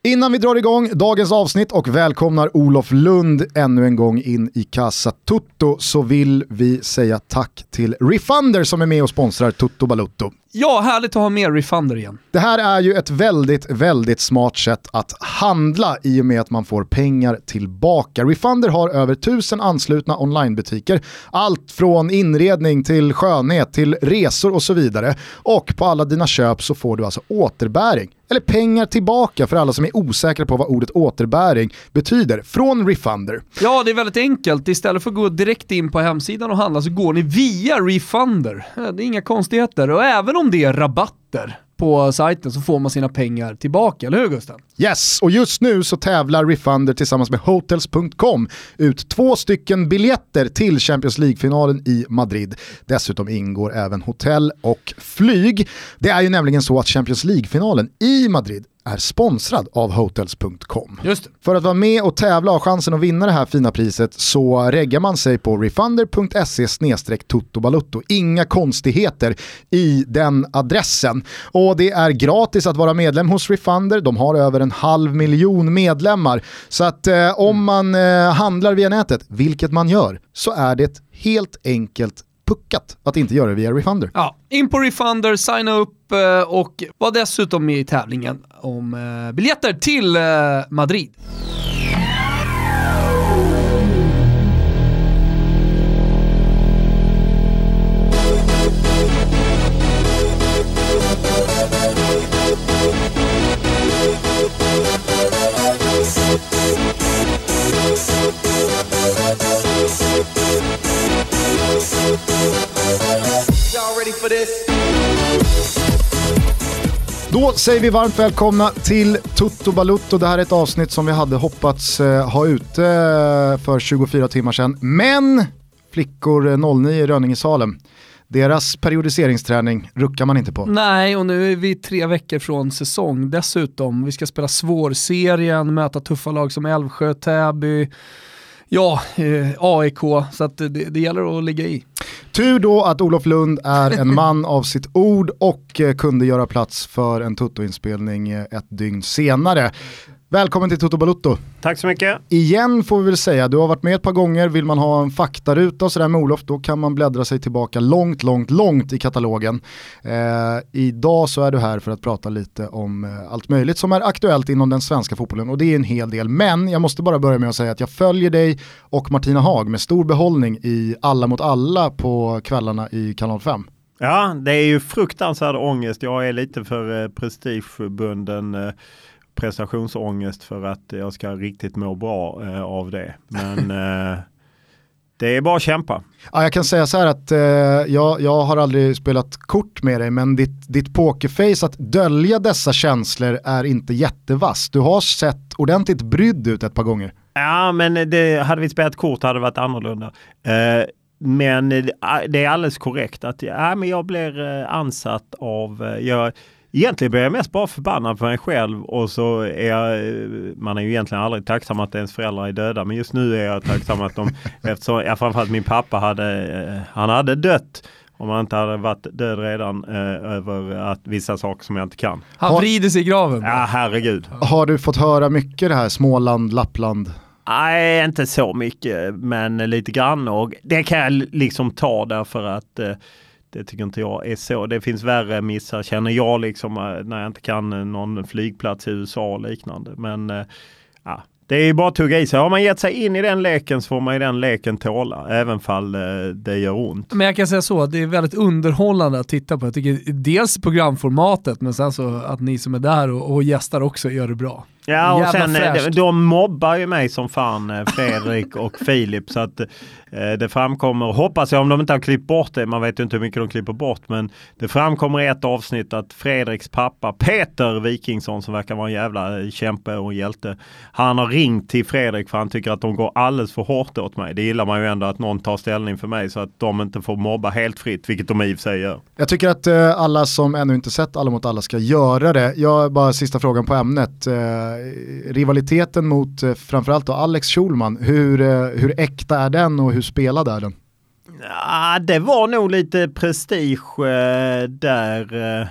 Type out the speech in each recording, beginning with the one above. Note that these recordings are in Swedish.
Innan vi drar igång dagens avsnitt och välkomnar Olof Lund ännu en gång in i Casa Tutto så vill vi säga tack till Refunder som är med och sponsrar Tutto Balutto. Ja, härligt att ha med Refunder igen. Det här är ju ett väldigt smart sätt att handla i och med att man får pengar tillbaka. Refunder har över 1000 anslutna onlinebutiker. Allt från inredning till skönhet till resor och så vidare. Och på alla dina köp så får du alltså återbäring. Eller pengar tillbaka för alla som är osäkra på vad ordet återbäring betyder. Från Refunder. Ja, det är väldigt enkelt. Istället för att gå direkt in på hemsidan och handla så går ni via Refunder. Det är inga konstigheter. Och även om det är rabatter på sajten så får man sina pengar tillbaka, eller hur Gustav? Yes, och just nu så tävlar Refunder tillsammans med Hotels.com ut 2 stycken biljetter till Champions League-finalen i Madrid. Dessutom ingår även hotell och flyg. Det är ju nämligen så att Champions League-finalen i Madrid är sponsrad av Hotels.com. Just det. För att vara med och tävla och chansen att vinna det här fina priset så reggar man sig på refunder.se/tuttobalutto. Inga konstigheter i den adressen. Och det är gratis att vara medlem hos Refunder. De har över 500 000 medlemmar. Så att om man handlar via nätet, vilket man gör, så är det helt enkelt puckat att inte göra det via Refunder. Ja, in på Refunder, signa upp och var dessutom med i tävlingen om biljetter till Madrid. Då säger vi varmt välkomna till Tutto Balutto. Det här är ett avsnitt som vi hade hoppats ha ute för 24 timmar sedan. Men flickor 09 i Rönningesalen, deras periodiseringsträning ruckar man inte på. Nej, och nu är vi 3 veckor från säsong. Dessutom, vi ska spela svårserien, möta tuffa lag som Älvsjö, Täby, AIK. Så att det gäller att ligga i. Tur då att Olof Lund är en man av sitt ord och kunde göra plats för en Tutto-inspelning ett dygn senare. Välkommen till Tutto Balutto. Tack så mycket. Igen får vi väl säga, du har varit med ett par gånger. Vill man ha en faktaruta och sådär med Olof, då kan man bläddra sig tillbaka långt i katalogen. Idag så är du här för att prata lite om allt möjligt som är aktuellt inom den svenska fotbollen, och det är en hel del. Men jag måste bara börja med att säga att jag följer dig och Martina Haag med stor behållning i Alla mot alla på kvällarna i Kanal 5. Ja, det är ju fruktansvärd ångest. Jag är lite för prestigebunden prestationsångest för att jag ska riktigt må bra av det. Men det är bara att kämpa. Ja, jag kan säga så här att jag har aldrig spelat kort med dig, men ditt pokerface att dölja dessa känslor är inte jättevass. Du har sett ordentligt brydd ut ett par gånger. Ja, men hade vi spelat kort hade det varit annorlunda. Men det är alldeles korrekt att men jag blir ansatt av... Egentligen blir jag mest bara förbannad på mig själv, och så man är ju egentligen aldrig tacksam att ens föräldrar är döda, men just nu är jag tacksam att eftersom framförallt min pappa hade dött om han inte hade varit död redan över att vissa saker som jag inte kan. Han vrider sig i graven. Ja, herregud. Har du fått höra mycket det här Småland, Lappland? Nej, inte så mycket, men lite grann, och det kan jag liksom ta därför att det tycker inte jag är så. Det finns värre missar, känner jag, liksom, när jag inte kan någon flygplats i USA och liknande. Men det är ju bara att tugga i sig. Har man gett sig in i den leken så får man i den leken tåla, även fall det gör ont. Men jag kan säga så att det är väldigt underhållande att titta på. Jag tycker dels programformatet, men sen så att ni som är där och gästar också gör det bra. Ja, och sen de mobbar ju mig som fan, Fredrik och Filip, så att det framkommer, hoppas jag, om de inte har klippt bort det, man vet ju inte hur mycket de klipper bort, men det framkommer i ett avsnitt att Fredriks pappa Peter Wikingsson, som verkar vara en jävla kämpe och hjälte, han har ringt till Fredrik för han tycker att de går alldeles för hårt åt mig. Det gillar man ju ändå, att någon tar ställning för mig så att de inte får mobba helt fritt, vilket de i och för sig gör. Jag tycker att alla som ännu inte sett Alla mot alla ska göra det. Jag bara sista frågan på ämnet. Rivaliteten mot framförallt då Alex Schulman, hur äkta är den och hur spelad är den? Ja, det var nog lite prestige där.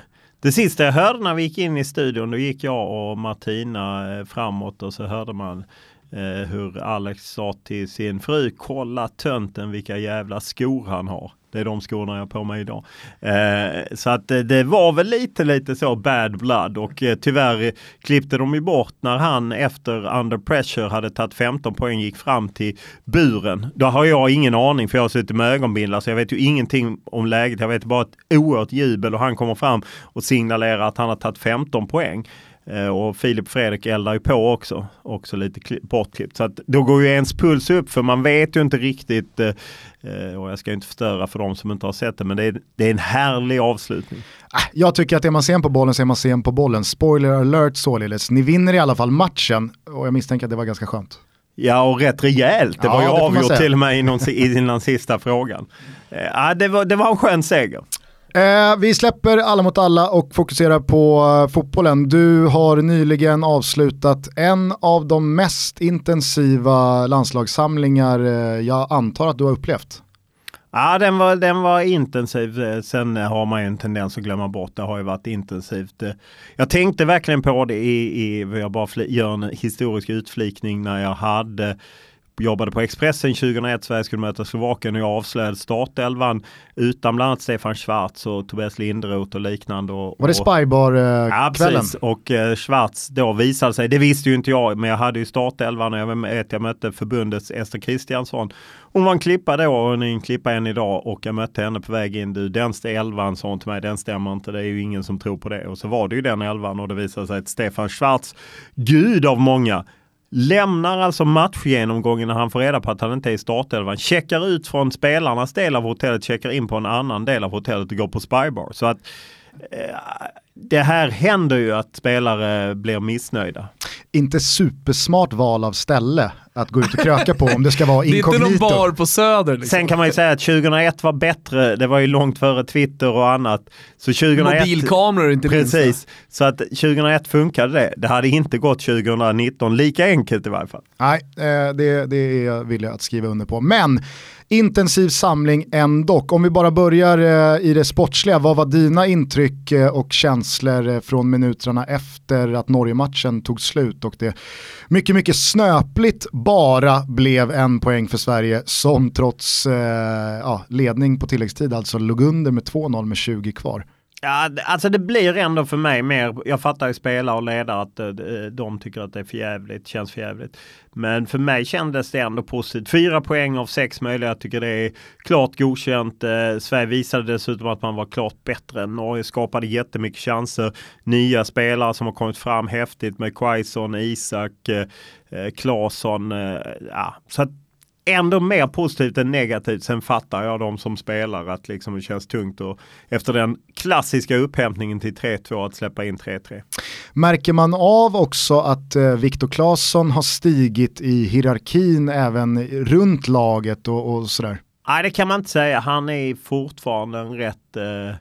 Det sista jag hörde när vi gick in i studion, då gick jag och Martina framåt och så hörde man hur Alex sa till sin fru, kolla tönten vilka jävla skor han har. Det är de skorna jag har på mig idag. Så att det var väl lite så bad blood och tyvärr klippte de ju bort när han efter Under Pressure hade tagit 15 poäng gick fram till buren. Då har jag ingen aning för jag har suttit med ögonbindlar så jag vet ju ingenting om läget. Jag vet bara ett oerhört jubel och han kommer fram och signalerar att han har tagit 15 poäng. Och Filip Fredrik eldar ju på också lite bortklippt. Så att då går ju ens puls upp för man vet ju inte riktigt och jag ska inte förstöra för de som inte har sett det men det är en härlig avslutning. Jag tycker att är man sen på bollen så är man sen på bollen. Spoiler alert således. Ni vinner i alla fall matchen och jag misstänker att det var ganska skönt. Ja och rätt rejält. Det var ju avgjort till och med innan sista frågan. Det var en skön seger. Vi släpper alla mot alla och fokuserar på fotbollen. Du har nyligen avslutat en av de mest intensiva landslagssamlingar jag antar att du har upplevt. Ja, den var intensiv. Sen har man ju en tendens att glömma bort. Det har ju varit intensivt. Jag tänkte verkligen på det jag bara gör en historisk utflikning när jag jobbade på Expressen 2001, Sverige skulle möta Slovakien och jag avslöjade startelvan utan bland annat Stefan Schwarz och Tobias Linderoth och liknande. Var det Spybar-kvällen? Ja, precis. Och Schwarz då visade sig, det visste ju inte jag, men jag hade ju startelvan och jag mötte förbundets Ester Kristiansson. Hon var en klippa då och en klippa än idag och jag mötte henne på väg in. Den elvan sa hon till mig, den stämmer inte, det är ju ingen som tror på det. Och så var det ju den elvan och det visade sig att Stefan Schwarz, gud av många, lämnar alltså matchgenomgången när han får reda på att han inte är i startelvan. Checkar ut från spelarnas del av hotellet, checkar in på en annan del av hotellet och går på Spybar. Så att det här händer ju att spelare blir missnöjda. Inte supersmart val av ställe att gå ut och kröka på om det ska vara inkognito. Det är inte någon bar på Söder. Liksom. Sen kan man ju säga att 2001 var bättre. Det var ju långt före Twitter och annat. Så 2001, mobilkameror inte precis. Minst. Så att 2001 funkade det. Det hade inte gått 2019 lika enkelt i varje fall. Nej, det vill jag att skriva under på. Men intensiv samling ändå. Om vi bara börjar i det sportsliga, vad var dina intryck och känslor från minuterna efter att Norge-matchen tog slut och det mycket snöpligt bara blev en poäng för Sverige som trots ledning på tilläggstid alltså låg under med 2-0 med 20 kvar? Ja, alltså det blir ändå för mig mer, jag fattar ju spelare och ledare att de tycker att det är förjävligt, känns förjävligt. Men för mig kändes det ändå positivt. 4 poäng av 6 möjliga, jag tycker det är klart godkänt. Sverige visade dessutom att man var klart bättre än Norge, skapade jättemycket chanser. Nya spelare som har kommit fram häftigt med Quaison, Isak, Claesson. Så att ändå mer positivt än negativt. Sen fattar jag de som spelar att liksom det känns tungt och efter den klassiska upphämtningen till 3-2 att släppa in 3-3. Märker man av också att Viktor Claesson har stigit i hierarkin även runt laget och sådär? Nej, det kan man inte säga. Han är fortfarande en rätt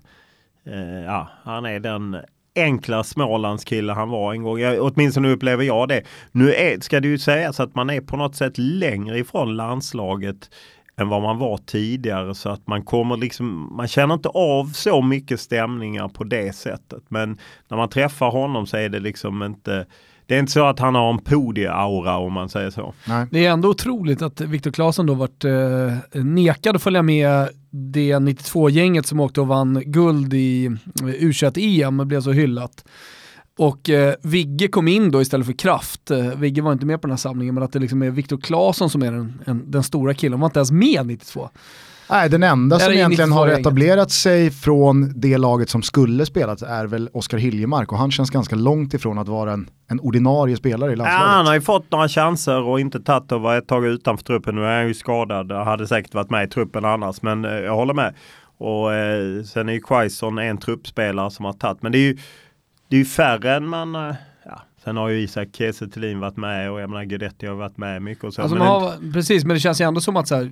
han är den enkla Smålandskille han var en gång. Åtminstone upplever jag det. Nu ska det ju sägas att man är på något sätt längre ifrån landslaget än vad man var tidigare så att man kommer liksom, man känner inte av så mycket stämningar på det sättet. Men när man träffar honom så är det liksom inte, det är inte så att han har en podie-aura om man säger så. Nej. Det är ändå otroligt att Viktor Claesson då varit nekad att följa med det 92-gänget som åkte och vann guld i U21-EM och blev så hyllat. Och Vigge kom in då istället för Kraft. Vigge var inte med på den här samlingen men att det liksom är Viktor Claesson som är den stora killen. Han var inte ens med 92. Nej, den enda som egentligen har etablerat sig från det laget som skulle spelat är väl Oskar Hiljemark och han känns ganska långt ifrån att vara en ordinarie spelare i landslaget. Ja, han har ju fått några chanser och inte tagit och var ett tag utanför truppen. Nu är han ju skadad. Han hade säkert varit med i truppen annars, men jag håller med. Och sen är ju Quaison en truppspelare som har tagit. Men det är ju färre än man... Sen har ju Isak Kiese Thelin varit med och jag menar Guidetti har varit med mycket. Och så. Alltså precis, men det känns ju ändå som att så här,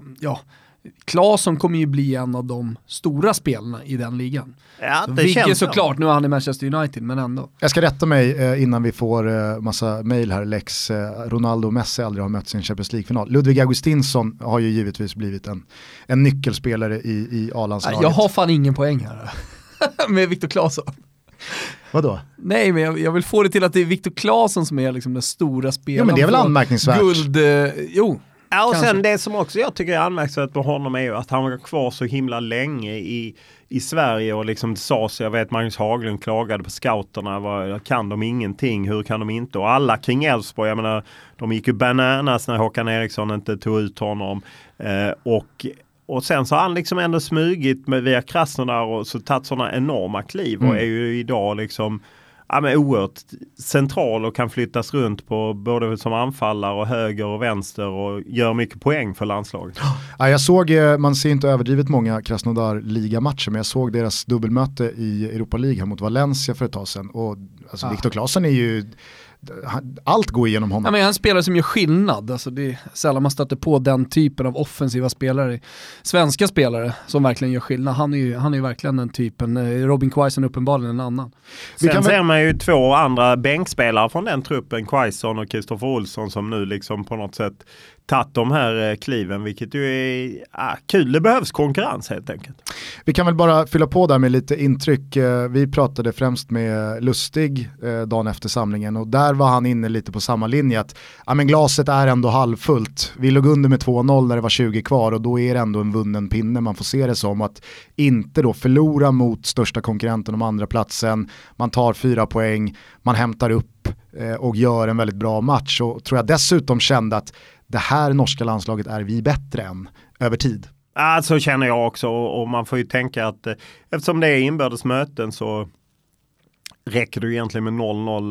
Claesson kommer ju bli en av de stora spelarna i den ligan. Ja, så det Vigge känns såklart, nu är han i Manchester United, men ändå. Jag ska rätta mig innan vi får massa mejl här. Lex Ronaldo och Messi aldrig har mötts i en Champions League-final. Ludvig Augustinsson har ju givetvis blivit en nyckelspelare i A-landslaget. Jag har fan ingen poäng här med Viktor Claesson. Vadå? Nej, men jag vill få det till att det är Viktor Claesson som är liksom den stora spelaren. Jo, men det är väl anmärkningsvärt. Guld, jo. Ja, och kanske. sen det som också jag tycker är anmärkningsvärt på honom är ju att han var kvar så himla länge i Sverige och liksom sa sig, jag vet Magnus Haglund klagade på scouterna, kan de ingenting, hur kan de inte? Och alla kring Elfsborg, jag menar, de gick ju bananas när Håkan Eriksson inte tog ut honom. Och sen så har han liksom ändå smugit via Krasnodar och så tagit sådana enorma kliv och är ju idag liksom oerhört central och kan flyttas runt på både som anfallare och höger och vänster och gör mycket poäng för landslaget. Ja, jag såg, man ser inte överdrivet många Krasnodar-ligamatcher, men jag såg deras dubbelmöte i Europa League mot Valencia för ett tag sedan och alltså, Viktor Claesson är ju allt går igenom honom. Ja, men han spelar som gör skillnad. Alltså det är sällan man stöter på den typen av offensiva spelare. Svenska spelare som verkligen gör skillnad. Han är ju verkligen den typen. Robin Quaison uppenbarligen en annan. Sen ser man ju två andra bänkspelare från den truppen, Quaison och Kristoffer Olsson, som nu liksom på något sätt tagit de här kliven, vilket ju är kul. Det behövs konkurrens helt enkelt. Vi kan väl bara fylla på där med lite intryck. Vi pratade främst med Lustig dagen efter samlingen och där var han inne lite på samma linje att men glaset är ändå halvfullt. Vi låg under med 2-0 när det var 20 kvar och då är det ändå en vunnen pinne. Man får se det som att inte då förlora mot största konkurrenten om andra platsen. Man tar 4 poäng, man hämtar upp och gör en väldigt bra match och tror jag dessutom kände att det här norska landslaget är vi bättre än över tid. Ja, så känner jag också och man får ju tänka att eftersom det är inbördesmöten så räcker det egentligen med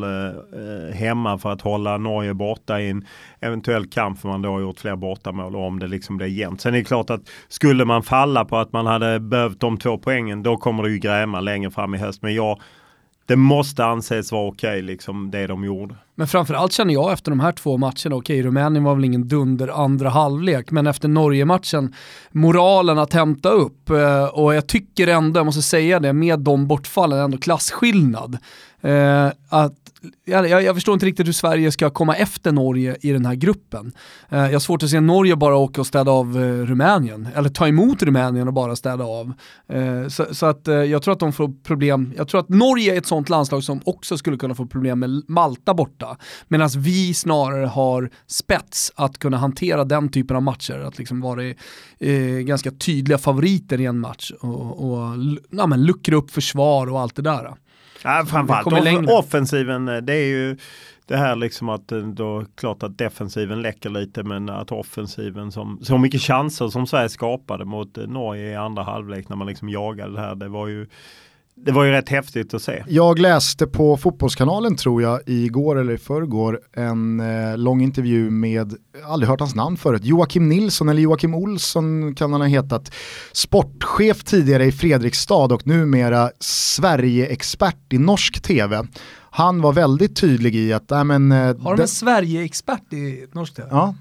0-0 hemma för att hålla Norge borta i en eventuell kamp, för man då har gjort fler bortamål och om det liksom det är jämnt. Sen är det klart att skulle man falla på att man hade behövt de 2 poängen, då kommer det ju gräma längre fram i höst. Men det måste anses vara okej, liksom det de gjorde. Men framförallt känner jag efter de här 2 matcherna, Rumänien var väl ingen dunder andra halvlek, men efter Norge-matchen, moralen att hämta upp och jag tycker ändå, jag måste säga det, med de bortfallen ändå klassskillnad. Att jag förstår inte riktigt hur Sverige ska komma efter Norge i den här gruppen. Jag har svårt att se Norge bara åka och städa av Rumänien. Eller ta emot Rumänien och bara städa av. Så att jag tror att de får problem. Jag tror att Norge är ett sånt landslag som också skulle kunna få problem med Malta borta. Medan vi snarare har spets att kunna hantera den typen av matcher. Att liksom vara ganska tydliga favoriter i en match. Och luckra upp försvar och allt det där. Ja, framförallt offensiven, det är ju det här liksom att då klart att defensiven läcker lite, men att offensiven som så mycket chanser som Sverige skapade mot Norge i andra halvlek när man liksom jagade det här, det var ju rätt häftigt att se. Jag läste på Fotbollskanalen tror jag igår eller i förrgår en lång intervju med, aldrig hört hans namn förut, Joakim Nilsson eller Joakim Olsson kan han ha hetat, sportchef tidigare i Fredrikstad och numera Sverige-expert i norsk tv. Han var väldigt tydlig i att har de en Sverige-expert i norsk tv? Ja.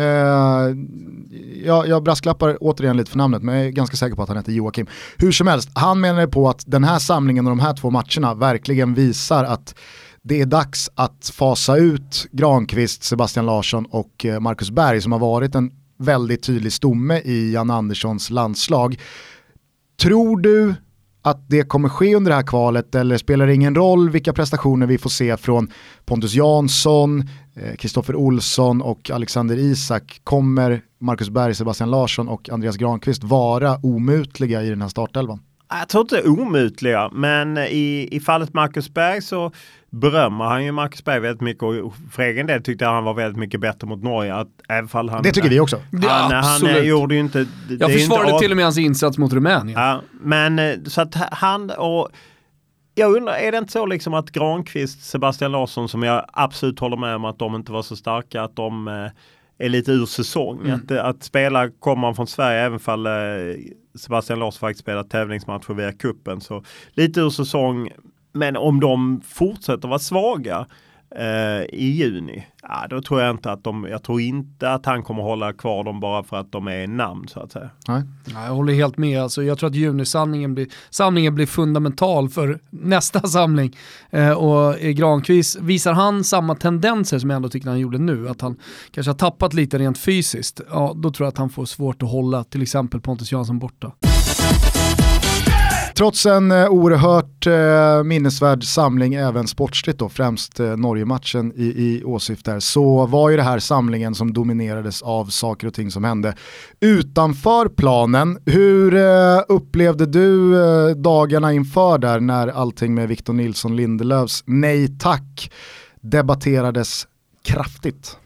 Jag brasklappar återigen lite för namnet, men jag är ganska säker på att han heter Joakim. Hur som helst, han menar på att den här samlingen och de här 2 matcherna verkligen visar att det är dags att fasa ut Granqvist, Sebastian Larsson och Marcus Berg som har varit en väldigt tydlig stomme i Jan Anderssons landslag. Tror du att det kommer ske under det här kvalet, eller spelar det ingen roll vilka prestationer vi får se från Pontus Jansson, Kristoffer Olsson och Alexander Isak? Kommer Marcus Berg, Sebastian Larsson och Andreas Granqvist vara omutliga i den här startelvan? Jag tror inte omutliga, men i fallet Marcus Berg så berömmer han ju Marcus Berg väldigt mycket och för egen del tyckte han var väldigt mycket bättre mot Norge. Att även fall han, det tycker vi också. Han gjorde ju inte... Jag försvarade till och med hans insats mot Rumänien. Ja, men så att han och... Jag undrar, är det inte så liksom att Granqvist, Sebastian Larsson, som jag absolut håller med om att de inte var så starka, att de är lite ur säsong. Att spela, kommer man från Sverige, även fall Sebastian Larsson faktiskt spelar tävlingsmatcher via kuppen, så lite ur säsong. Men om de fortsätter vara svaga i juni, då tror jag inte att jag tror inte att han kommer hålla kvar dem bara för att de är namn, så att säga. Nej. Jag håller helt med. Alltså, jag tror att junisamlingen blir fundamental för nästa samling. Och Granqvist, visar han samma tendenser som jag ändå tycker han gjorde nu, att han kanske har tappat lite rent fysiskt, då tror jag att han får svårt att hålla till exempel Pontus Jansson borta. Trots en oerhört minnesvärd samling även sportsligt då, främst Norge-matchen i åsyft där, så var ju det här samlingen som dominerades av saker och ting som hände utanför planen. Hur upplevde du dagarna inför där när allting med Victor Nilsson Lindelöfs nej tack debatterades kraftigt?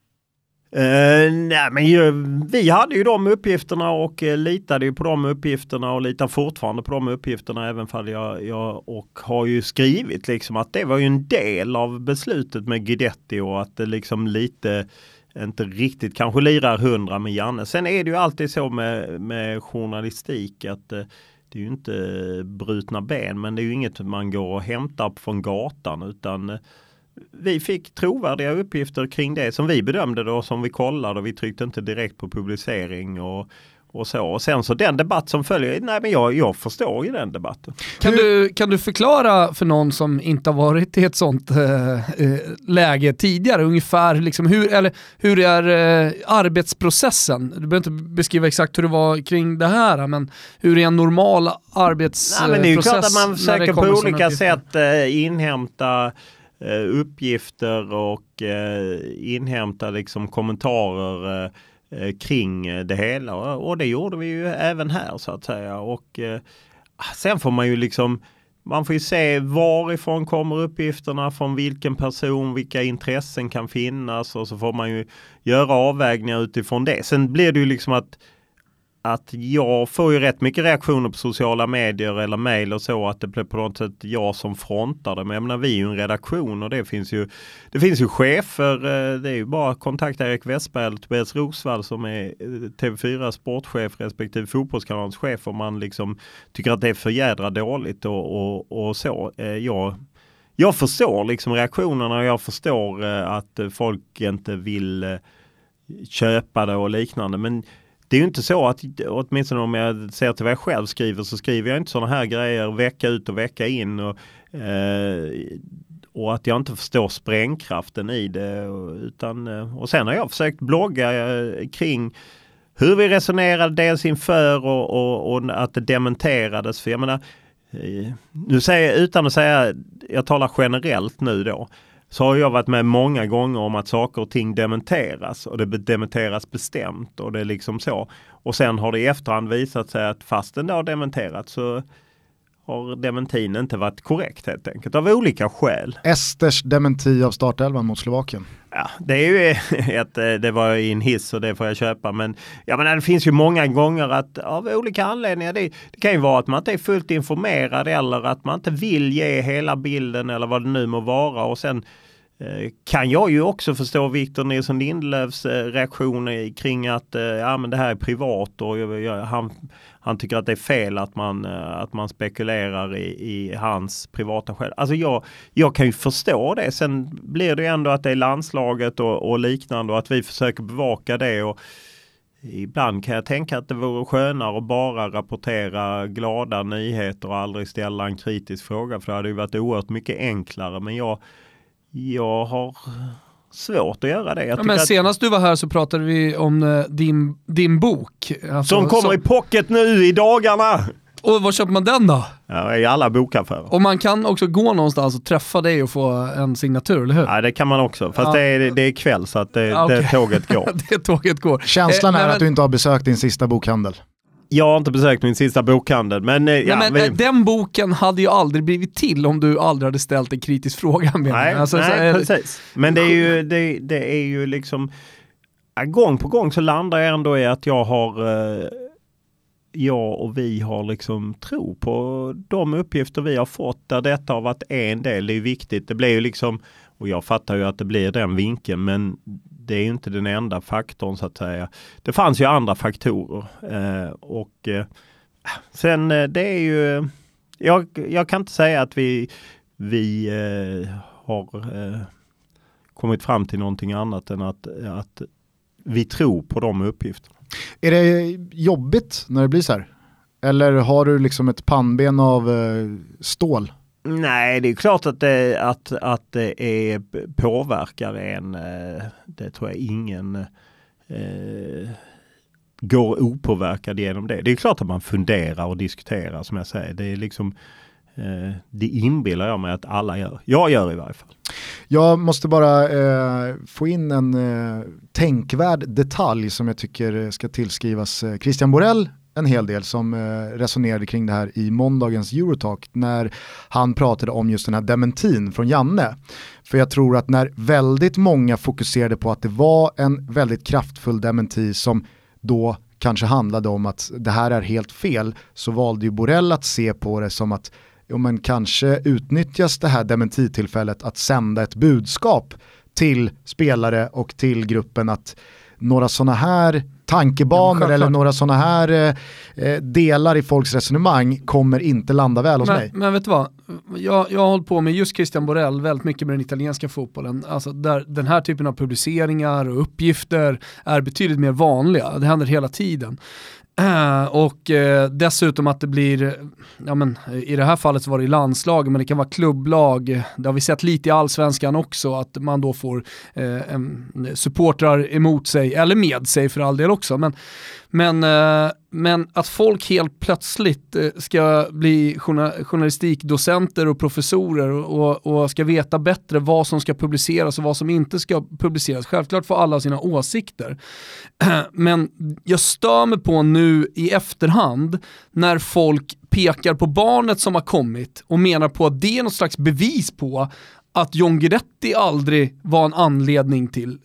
Nej, men vi hade ju de uppgifterna och litade ju på de uppgifterna och litar fortfarande på de uppgifterna, även fall jag har ju skrivit liksom att det var ju en del av beslutet med Guidetti och att det liksom lite inte riktigt kanske lirar 100 med Janne. Sen är det ju alltid så med journalistik att det är ju inte brutna ben, men det är ju inget man går och hämtar från gatan, utan vi fick trovärdiga uppgifter kring det som vi bedömde då, som vi kollade, och vi tryckte inte direkt på publicering och så. Och sen så den debatt som följer, nej men jag förstår ju den debatten. Kan du förklara för någon som inte har varit i ett sånt läge tidigare ungefär liksom hur är arbetsprocessen? Du behöver inte beskriva exakt hur det var kring det här, men hur är en normal arbetsprocess? Nej, men det är ju klart att man försöker på olika sätt inhämta uppgifter och inhämta liksom kommentarer kring det hela, och det gjorde vi ju även här så att säga, och sen får man ju liksom, man får ju se varifrån kommer uppgifterna, från vilken person, vilka intressen kan finnas, och så får man ju göra avvägningar utifrån det. Sen blir det ju liksom att jag får ju rätt mycket reaktioner på sociala medier eller mejl och så, att det blir på något sätt jag som frontar det. Men jag menar, vi är ju en redaktion och det finns ju chefer. Det är ju bara kontakta Erik Westberg eller Tobias Rosvall som är TV4 sportchef respektive fotbollskanalens chef, om man liksom tycker att det är för jädra dåligt och så. Jag förstår liksom reaktionerna, och jag förstår att folk inte vill köpa det och liknande, men det är ju inte så att, åtminstone om jag ser till vad jag själv skriver, så skriver jag inte sådana här grejer vecka ut och vecka in, och att jag inte förstår sprängkraften i det, och sen har jag försökt blogga kring hur vi resonerade dels inför och att det dementerades, för jag menar, nu säger jag, utan att säga, jag talar generellt nu då, så har jag varit med många gånger om att saker och ting dementeras, och det dementeras bestämt, och det är liksom så. Och sen har det i efterhand visat sig att fastän det har dementerats så har dementin inte varit korrekt helt enkelt, av olika skäl. Esters dementi av startelvan mot Slovakien. Ja, det är ju det var i en hiss och det får jag köpa, men jag menar, det finns ju många gånger att av olika anledningar, det kan ju vara att man inte är fullt informerad, eller att man inte vill ge hela bilden, eller vad det nu må vara, och sen kan jag ju också förstå Victor Nilsson Lindelöfs reaktioner kring att men det här är privat, och han tycker att det är fel att man spekulerar i hans privata skäl. Alltså jag kan ju förstå det. Sen blir det ju ändå att det är landslaget och liknande, och att vi försöker bevaka det, och ibland kan jag tänka att det vore skönare att bara rapportera glada nyheter och aldrig ställa en kritisk fråga, för det hade ju varit oerhört mycket enklare, men jag har svårt att göra det. Men senast du var här så pratade vi om din bok. Alltså, som kommer i pocket nu i dagarna. Och var köper man den då? Ja, i alla bokaffärer. Och man kan också gå någonstans och träffa dig och få en signatur, eller hur? Ja, det kan man också. Fast det är kväll, så att det tåget går. Det tåget går. Känslan är att du inte har besökt din sista bokhandel. Jag har inte besökt min sista bokhandel, men, den boken hade ju aldrig blivit till om du aldrig hade ställt en kritisk fråga med. Nej, precis. Men det är ju liksom gång på gång så landar jag ändå i att jag och vi har liksom tro på de uppgifter vi har fått, där detta har varit en del. Det är viktigt. Det blir ju liksom, och jag fattar ju att det blir den vinkeln, men det är ju inte den enda faktorn så att säga. Det fanns ju andra faktorer. Sen det är ju, jag kan inte säga att vi har kommit fram till någonting annat än att vi tror på de uppgifterna. Är det jobbigt när det blir så här? Eller har du liksom ett pannben av stål? Nej, det är klart att det påverkar en. Det tror jag ingen går opåverkad genom det. Det är klart att man funderar och diskuterar, som jag säger. Det är liksom, det inbillar jag mig att alla gör. Jag gör i varje fall. Jag måste bara få in en tänkvärd detalj som jag tycker ska tillskrivas Christian Borell en hel del, som resonerade kring det här i måndagens Eurotalk när han pratade om just den här dementin från Janne. För jag tror att när väldigt många fokuserade på att det var en väldigt kraftfull dementi som då kanske handlade om att det här är helt fel, så valde ju Borell att se på det som att men kanske utnyttjas det här dementitillfället att sända ett budskap till spelare och till gruppen att några sådana här tankebanor eller några sådana här delar i folks resonemang kommer inte landa väl hos mig. Men vet du vad? Jag har hållit på med just Christian Borell väldigt mycket med den italienska fotbollen. Alltså där den här typen av publiceringar och uppgifter är betydligt mer vanliga. Det händer hela tiden. Och dessutom att det blir, i det här fallet så var det i landslag, men det kan vara klubblag. Det har vi sett lite i allsvenskan också, att man då får supportrar emot sig, eller med sig för all del också. Men att folk helt plötsligt ska bli journalistikdocenter och professorer och ska veta bättre vad som ska publiceras och vad som inte ska publiceras. Självklart får alla sina åsikter. Men jag stör mig på nu i efterhand när folk pekar på barnet som har kommit och menar på att det är något slags bevis på att John Guidetti aldrig var en anledning till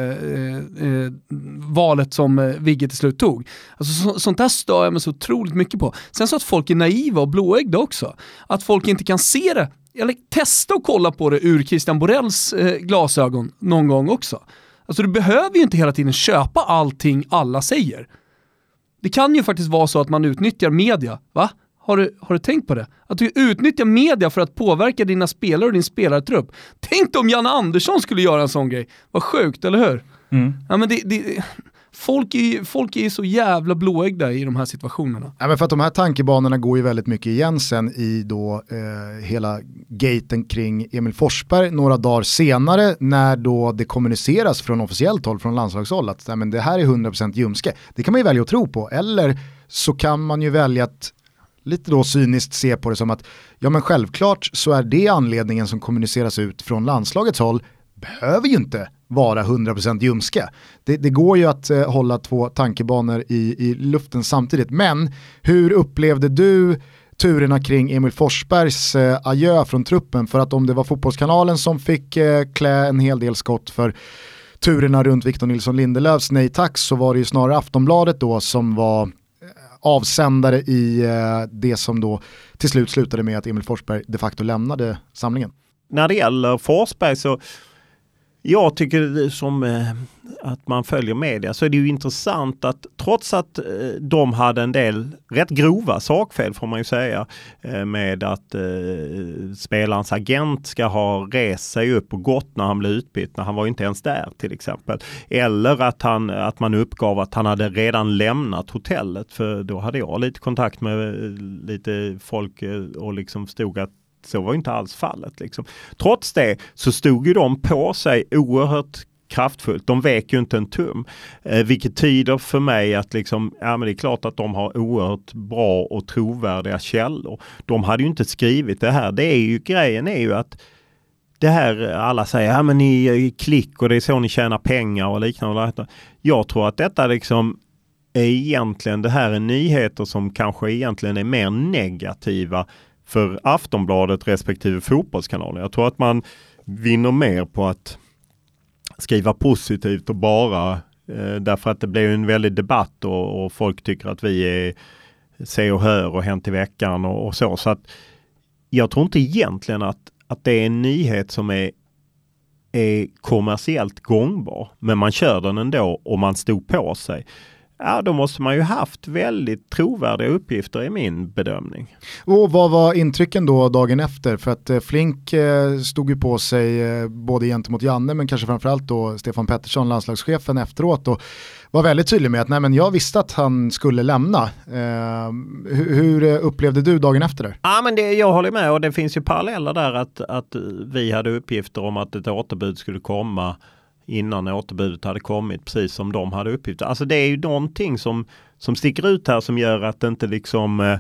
valet som Vigge till slut tog. Alltså, sånt där stör jag mig så otroligt mycket på. Sen så att folk är naiva och blåögda också. Att folk inte kan se det. Eller testa och kolla på det ur Christian Borells glasögon någon gång också. Alltså du behöver ju inte hela tiden köpa allting alla säger. Det kan ju faktiskt vara så att man utnyttjar media, va? Har du tänkt på det? Att du utnyttjar media för att påverka dina spelare och din spelartrupp. Tänk om Janne Andersson skulle göra en sån grej. Vad sjukt, eller hur? Mm. Ja, men folk är ju så jävla blåögda i de här situationerna. Ja, men för att de här tankebanorna går ju väldigt mycket igen sen i då hela gaten kring Emil Forsberg några dagar senare, när då det kommuniceras från officiellt håll, från landslagshåll, att men det här är 100% ljumske. Det kan man ju välja att tro på, eller så kan man ju välja att lite då cyniskt se på det som att ja, men självklart så är det anledningen som kommuniceras ut från landslagets håll behöver ju inte vara 100% ljumska. Det går ju att hålla två tankebanor i luften samtidigt. Men hur upplevde du turerna kring Emil Forsbergs adjö från truppen? För att om det var Fotbollskanalen som fick klä en hel del skott för turerna runt Victor Nilsson Lindelöfs nej tack, så var det ju snarare Aftonbladet då som var avsändare i det som då till slut slutade med att Emil Forsberg de facto lämnade samlingen. När det gäller Forsberg så jag tycker det som att man följer media så är det ju intressant att trots att de hade en del rätt grova sakfel får man ju säga med att spelarens agent ska ha rest sig upp och gått när han blev utbytt, när han var ju inte ens där till exempel. Eller att man uppgav att han hade redan lämnat hotellet, för då hade jag lite kontakt med lite folk och liksom stod att så var inte alls fallet. Liksom. Trots det så stod ju de på sig oerhört kraftfullt. De vek ju inte en tum. Vilket tyder för mig att liksom, ja, men det är klart att de har oerhört bra och trovärdiga källor. De hade ju inte skrivit det här. Grejen är ju att det här alla säger, ja men ni är klick och det är så ni tjänar pengar och liknande. Jag tror att detta liksom är egentligen, det här är nyheter som kanske egentligen är mer negativa för Aftonbladet respektive Fotbollskanalen. Jag tror att man vinner mer på att skriva positivt och bara därför att det blir en väldig debatt och folk tycker att vi är se och hör och hänt i veckan och så. Så att jag tror inte egentligen att det är en nyhet som är kommersiellt gångbar. Men man kör den ändå och man stod på sig. Ja, då måste man ju haft väldigt trovärdiga uppgifter i min bedömning. Och vad var intrycken då dagen efter? För att Flink stod ju på sig både gentemot Janne men kanske framförallt då Stefan Pettersson, landslagschefen, efteråt och var väldigt tydlig med att nej, men jag visste att han skulle lämna. Hur upplevde du dagen efter det? Ja, men jag håller med, och det finns ju paralleller där att vi hade uppgifter om att ett återbud skulle komma innan återbudet hade kommit, precis som de hade uppgifter. Alltså det är ju någonting som sticker ut här som gör att det inte liksom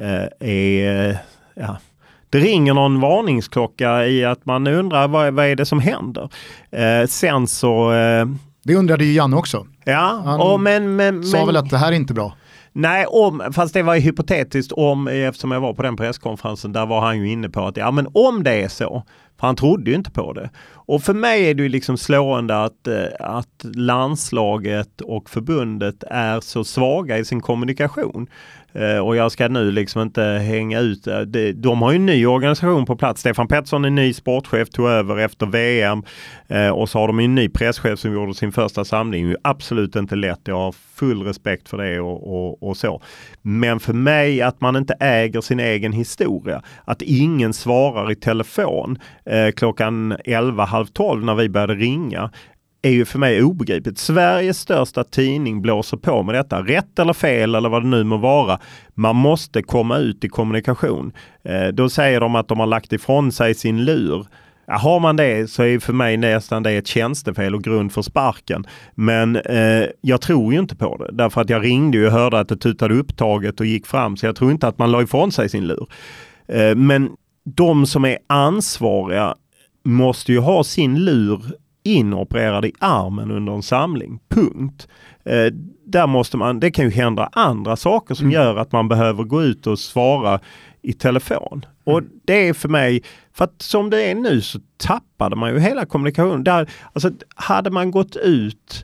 det ringer någon varningsklocka i att man undrar vad är det som händer. Sen så... det undrade ju Janne också. Ja, han sa väl att det här är inte bra. Nej, fast det var ju hypotetiskt eftersom jag var på den presskonferensen, där var han ju inne på att men om det är så, för han trodde ju inte på det. Och för mig är det ju liksom slående att landslaget och förbundet är så svaga i sin kommunikation. Och jag ska nu liksom inte hänga ut. De har ju en ny organisation på plats. Stefan Pettersson är ny sportchef, tog över efter VM. Och så har de en ny presschef som gjorde sin första samling. Det är ju absolut inte lätt. Jag har full respekt för det och så. Men för mig att man inte äger sin egen historia. Att ingen svarar i telefon klockan 11:30 när vi började ringa, är ju för mig obegripligt. Sveriges största tidning blåser på med detta. Rätt eller fel eller vad det nu må vara. Man måste komma ut i kommunikation. Då säger de att de har lagt ifrån sig sin lur. Har man det så är för mig nästan det ett tjänstefel och grund för sparken. Men jag tror ju inte på det. Därför att jag ringde och hörde att det tutade upptaget och gick fram. Så jag tror inte att man la ifrån sig sin lur. Men de som är ansvariga måste ju ha sin lur inopererad i armen under en samling. Punkt. Där måste man, det kan ju hända andra saker som gör att man behöver gå ut och svara i telefon. Och det är för mig, för att som det är nu så tappade man ju hela kommunikationen. Alltså hade man gått ut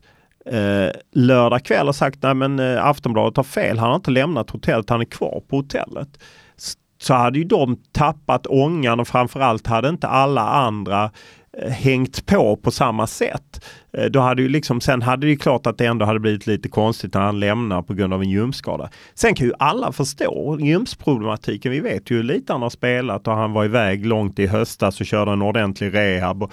lördag kväll och sagt nej men Aftonbladet har fel, han har inte lämnat hotellet, han är kvar på hotellet. Så hade ju de tappat ångan och framförallt hade inte alla andra hängt på samma sätt. Då hade ju liksom, sen hade det ju klart att det ändå hade blivit lite konstigt när han lämnar på grund av en ljumskada. Sen kan ju alla förstå ljumsproblematiken. Vi vet ju hur lite han har spelat och han var iväg långt i höstas och körde en ordentlig rehab.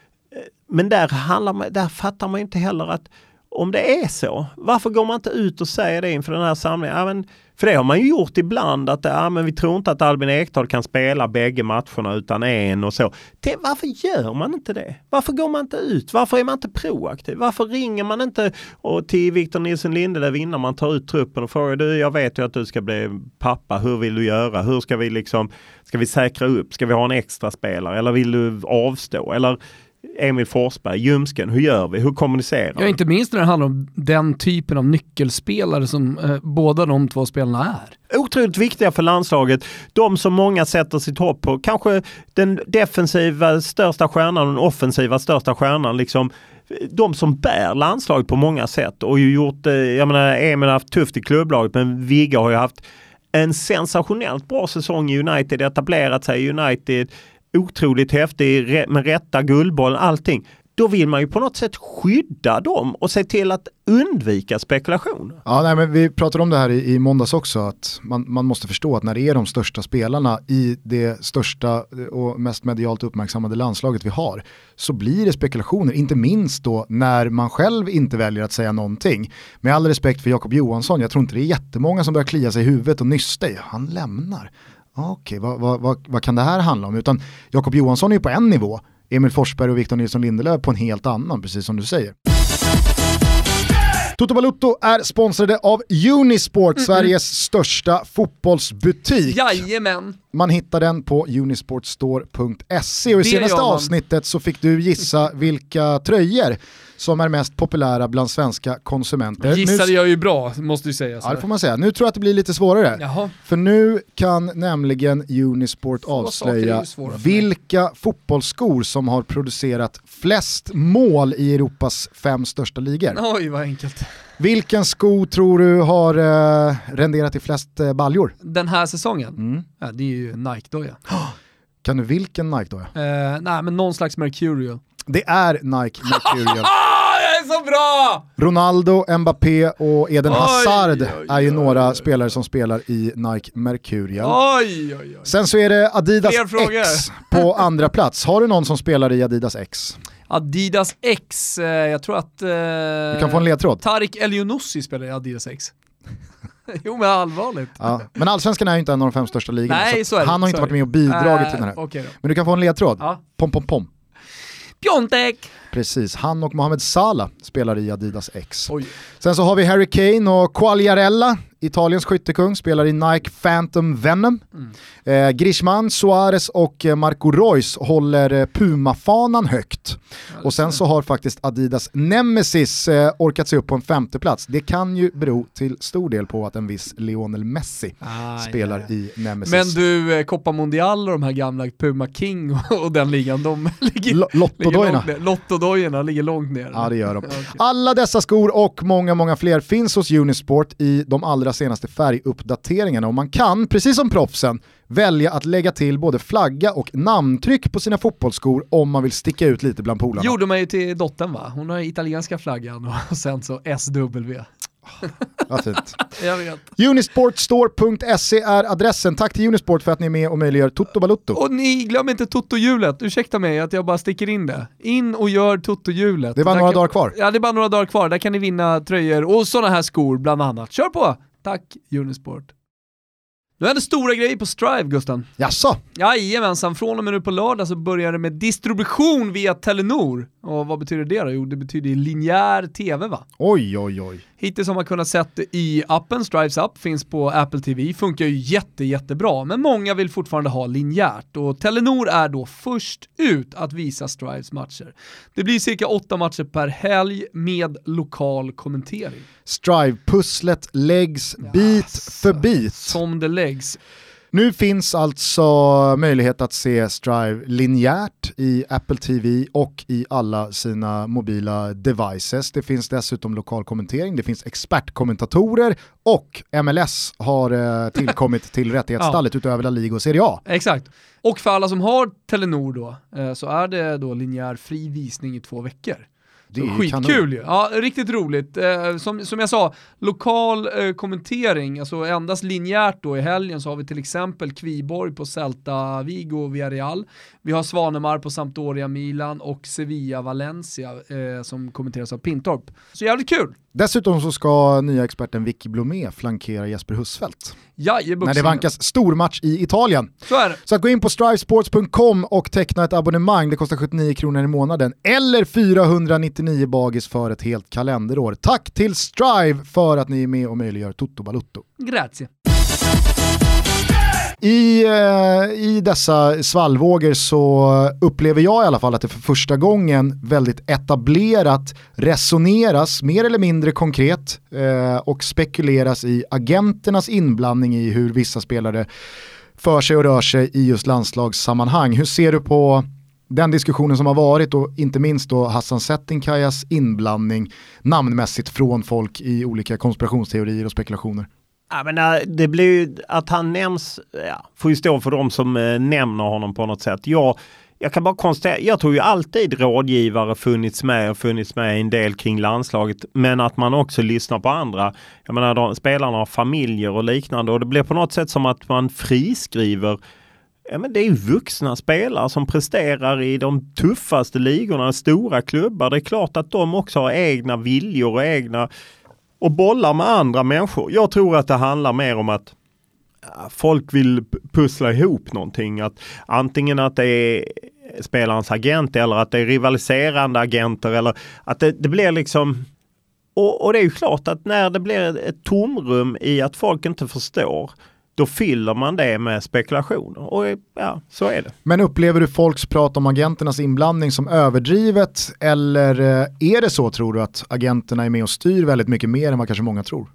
Men där fattar man inte heller att om det är så, varför går man inte ut och säger det inför den här samlingen? Ja, men, för det har man ju gjort ibland att men vi tror inte att Albin Ekdal kan spela bägge matcherna utan en och så. Varför gör man inte det? Varför går man inte ut? Varför är man inte proaktiv? Varför ringer man inte till Victor Nilsson Lindelöf innan man tar ut truppen och frågar jag vet ju att du ska bli pappa, hur vill du göra? Hur ska vi ska vi säkra upp? Ska vi ha en extra spelare? Eller vill du avstå? Eller Emil Forsberg, Ljumsken, hur gör vi? Hur kommunicerar vi? Ja, inte minst när det handlar om den typen av nyckelspelare som båda de två spelarna är. Otroligt viktiga för landslaget. De som många sätter sitt hopp på. Kanske den defensiva största stjärnan och den offensiva största stjärnan. Liksom, de som bär landslaget på många sätt. Och ju gjort, jag menar, Emil har haft tufft i klubblaget, men Vigga har ju haft en sensationellt bra säsong i United. Etablerat sig i United. Otroligt häftig med rätta guldbollen, allting. Då vill man ju på något sätt skydda dem och se till att undvika spekulation. Ja, nej, men vi pratade om det här i måndags också, att man måste förstå att när det är de största spelarna i det största och mest medialt uppmärksammade landslaget vi har, så blir det spekulationer, inte minst då när man själv inte väljer att säga någonting. Med all respekt för Jakob Johansson, jag tror inte det är jättemånga som börjar klia sig i huvudet och nysta i. Han lämnar. Okej, vad kan det här handla om? Utan Jakob Johansson är ju på en nivå, Emil Forsberg och Victor Nilsson Lindelöf på en helt annan, precis som du säger. Toto Balutto är sponsrade av Unisport, Sveriges största fotbollsbutik. Jajamän. Man hittar den på unisportstore.se och i senaste avsnittet så fick du gissa vilka tröjor som är mest populära bland svenska konsumenter. Gissade jag ju bra, måste du säga. Så. Ja, det får man säga. Nu tror jag att det blir lite svårare. Jaha. För nu kan nämligen Unisport avslöja vilka fotbollsskor som har producerat flest mål i Europas 5 största ligor. Oj, vad enkelt. Vilken sko tror du har renderat i flest baljor? Den här säsongen? Ja, det är ju Nike-doja. Kan du vilken Nike-doja? Nej, men någon slags Mercurial. Det är Nike Mercurial. Det är så bra! Ronaldo, Mbappé och Eden Hazard är ju några spelare som spelar i Nike Mercurial. Oj. Sen så är det Adidas X på andra plats. Har du någon som spelar i Adidas X? Adidas X, jag tror att... du kan få en ledtråd. Tarik El-Younousi spelar i Adidas X. Jo, men allvarligt. Ja, men Allsvenskan är ju inte en av de 5 största ligorna. Nej, så är det. Han har inte varit med och bidragit till den här. Okay då. Men du kan få en ledtråd. Ja. Pom. Piontek! Precis, han och Mohamed Salah spelar i Adidas X. Oj. Sen så har vi Harry Kane och Quagliarella, Italiens skyttekung, spelar i Nike Phantom Venom. Griezmann, Suarez och Marco Reus håller Puma-fanan högt. Och sen så har faktiskt Adidas Nemesis orkat sig upp på en 5:e plats. Det kan ju bero till stor del på att en viss Lionel Messi spelar i Nemesis. Men du, Copa Mundial och de här gamla Puma King och den ligan, de ligger Lottodojorna ligger långt ner. Ja, det gör de. Okay. Alla dessa skor och många fler finns hos Unisport i de allra senaste färguppdateringarna, och man kan, precis som proffsen, välja att lägga till både flagga och namntryck på sina fotbollsskor om man vill sticka ut lite bland polarna. Gjorde man ju till dottern, va? Hon har italienska flaggan och sen så SW. Vad fint. Jag vet. Unisportstore.se är adressen. Tack till Unisport för att ni är med och möjliggör Toto Balutto. Och ni glömmer inte Toto-hjulet. Ursäkta mig att jag bara sticker in det. In och gör Toto-hjulet. Det är bara några dagar kvar. Ja, det är bara några dagar kvar. Där kan ni vinna tröjor och sådana här skor bland annat. Kör på! Tack Unisport. Nu är det stora grejer på Strive, Gusten. Jaså? Jajamensan, från och med nu på lördag så börjar det med distribution via Telenor. Och vad betyder det då? Jo, det betyder linjär tv, va? Oj. Hittills har man kunnat se i appen, Strives app, finns på Apple TV, funkar ju jättebra, men många vill fortfarande ha linjärt, och Telenor är då först ut att visa Strives matcher. Det blir cirka 8 matcher per helg med lokal kommentering. Strive-pusslet läggs bit för bit. Som det läggs. Nu finns alltså möjlighet att se Strive linjärt i Apple TV och i alla sina mobila devices. Det finns dessutom lokal kommentering, det finns expertkommentatorer och MLS har tillkommit till rättighetsstallet utöver La Liga och Serie A. Exakt. Och för alla som har Telenor då, så är det då linjär fri visning i 2 veckor. Det är skitkul ju. Ja, riktigt roligt. Som jag sa, lokal kommentering, alltså endast linjärt då i helgen så har vi till exempel Kviborg på Celta Vigo via Real. Vi har Svanemar på Sampdoria Milan och Sevilla Valencia som kommenteras av Pintorp. Så jävligt kul! Dessutom så ska nya experten Vicky Blomé flankera Jesper Husfeldt. När det vankas stormatch i Italien. Så är det. Så gå in på strivesports.com och teckna ett abonnemang. Det kostar 79 kronor i månaden. Eller 499 bagis för ett helt kalenderår. Tack till Strive för att ni är med och möjliggör Toto Balutto. Grazie. I dessa svallvågor så upplever jag i alla fall att det för första gången väldigt etablerat resoneras mer eller mindre konkret och spekuleras i agenternas inblandning i hur vissa spelare för sig och rör sig i just landslagssammanhang. Hur ser du på den diskussionen som har varit, och inte minst då Hassan Settinkajas inblandning namnmässigt från folk i olika konspirationsteorier och spekulationer? Ja, men det blir ju att han nämns, får ju stå för de som nämner honom på något sätt. Jag kan bara konstatera, jag tror ju alltid rådgivare funnits med en del kring landslaget, men att man också lyssnar på andra. Jag menar, spelarna har familjer och liknande, och det blir på något sätt som att man friskriver. Ja, men det är ju vuxna spelare som presterar i de tuffaste ligorna, stora klubbar. Det är klart att de också har egna viljor och egna och bollar med andra människor. Jag tror att det handlar mer om att folk vill pussla ihop någonting. Att antingen att det är spelarens agent eller att det är rivaliserande agenter, eller att det blir liksom. Och det är ju klart att när det blir ett tomrum i att folk inte förstår, då fyller man det med spekulationer. Och ja, så är det. Men upplever du folks prat om agenternas inblandning som överdrivet, eller är det så, tror du, att agenterna är med och styr väldigt mycket mer än vad kanske många tror?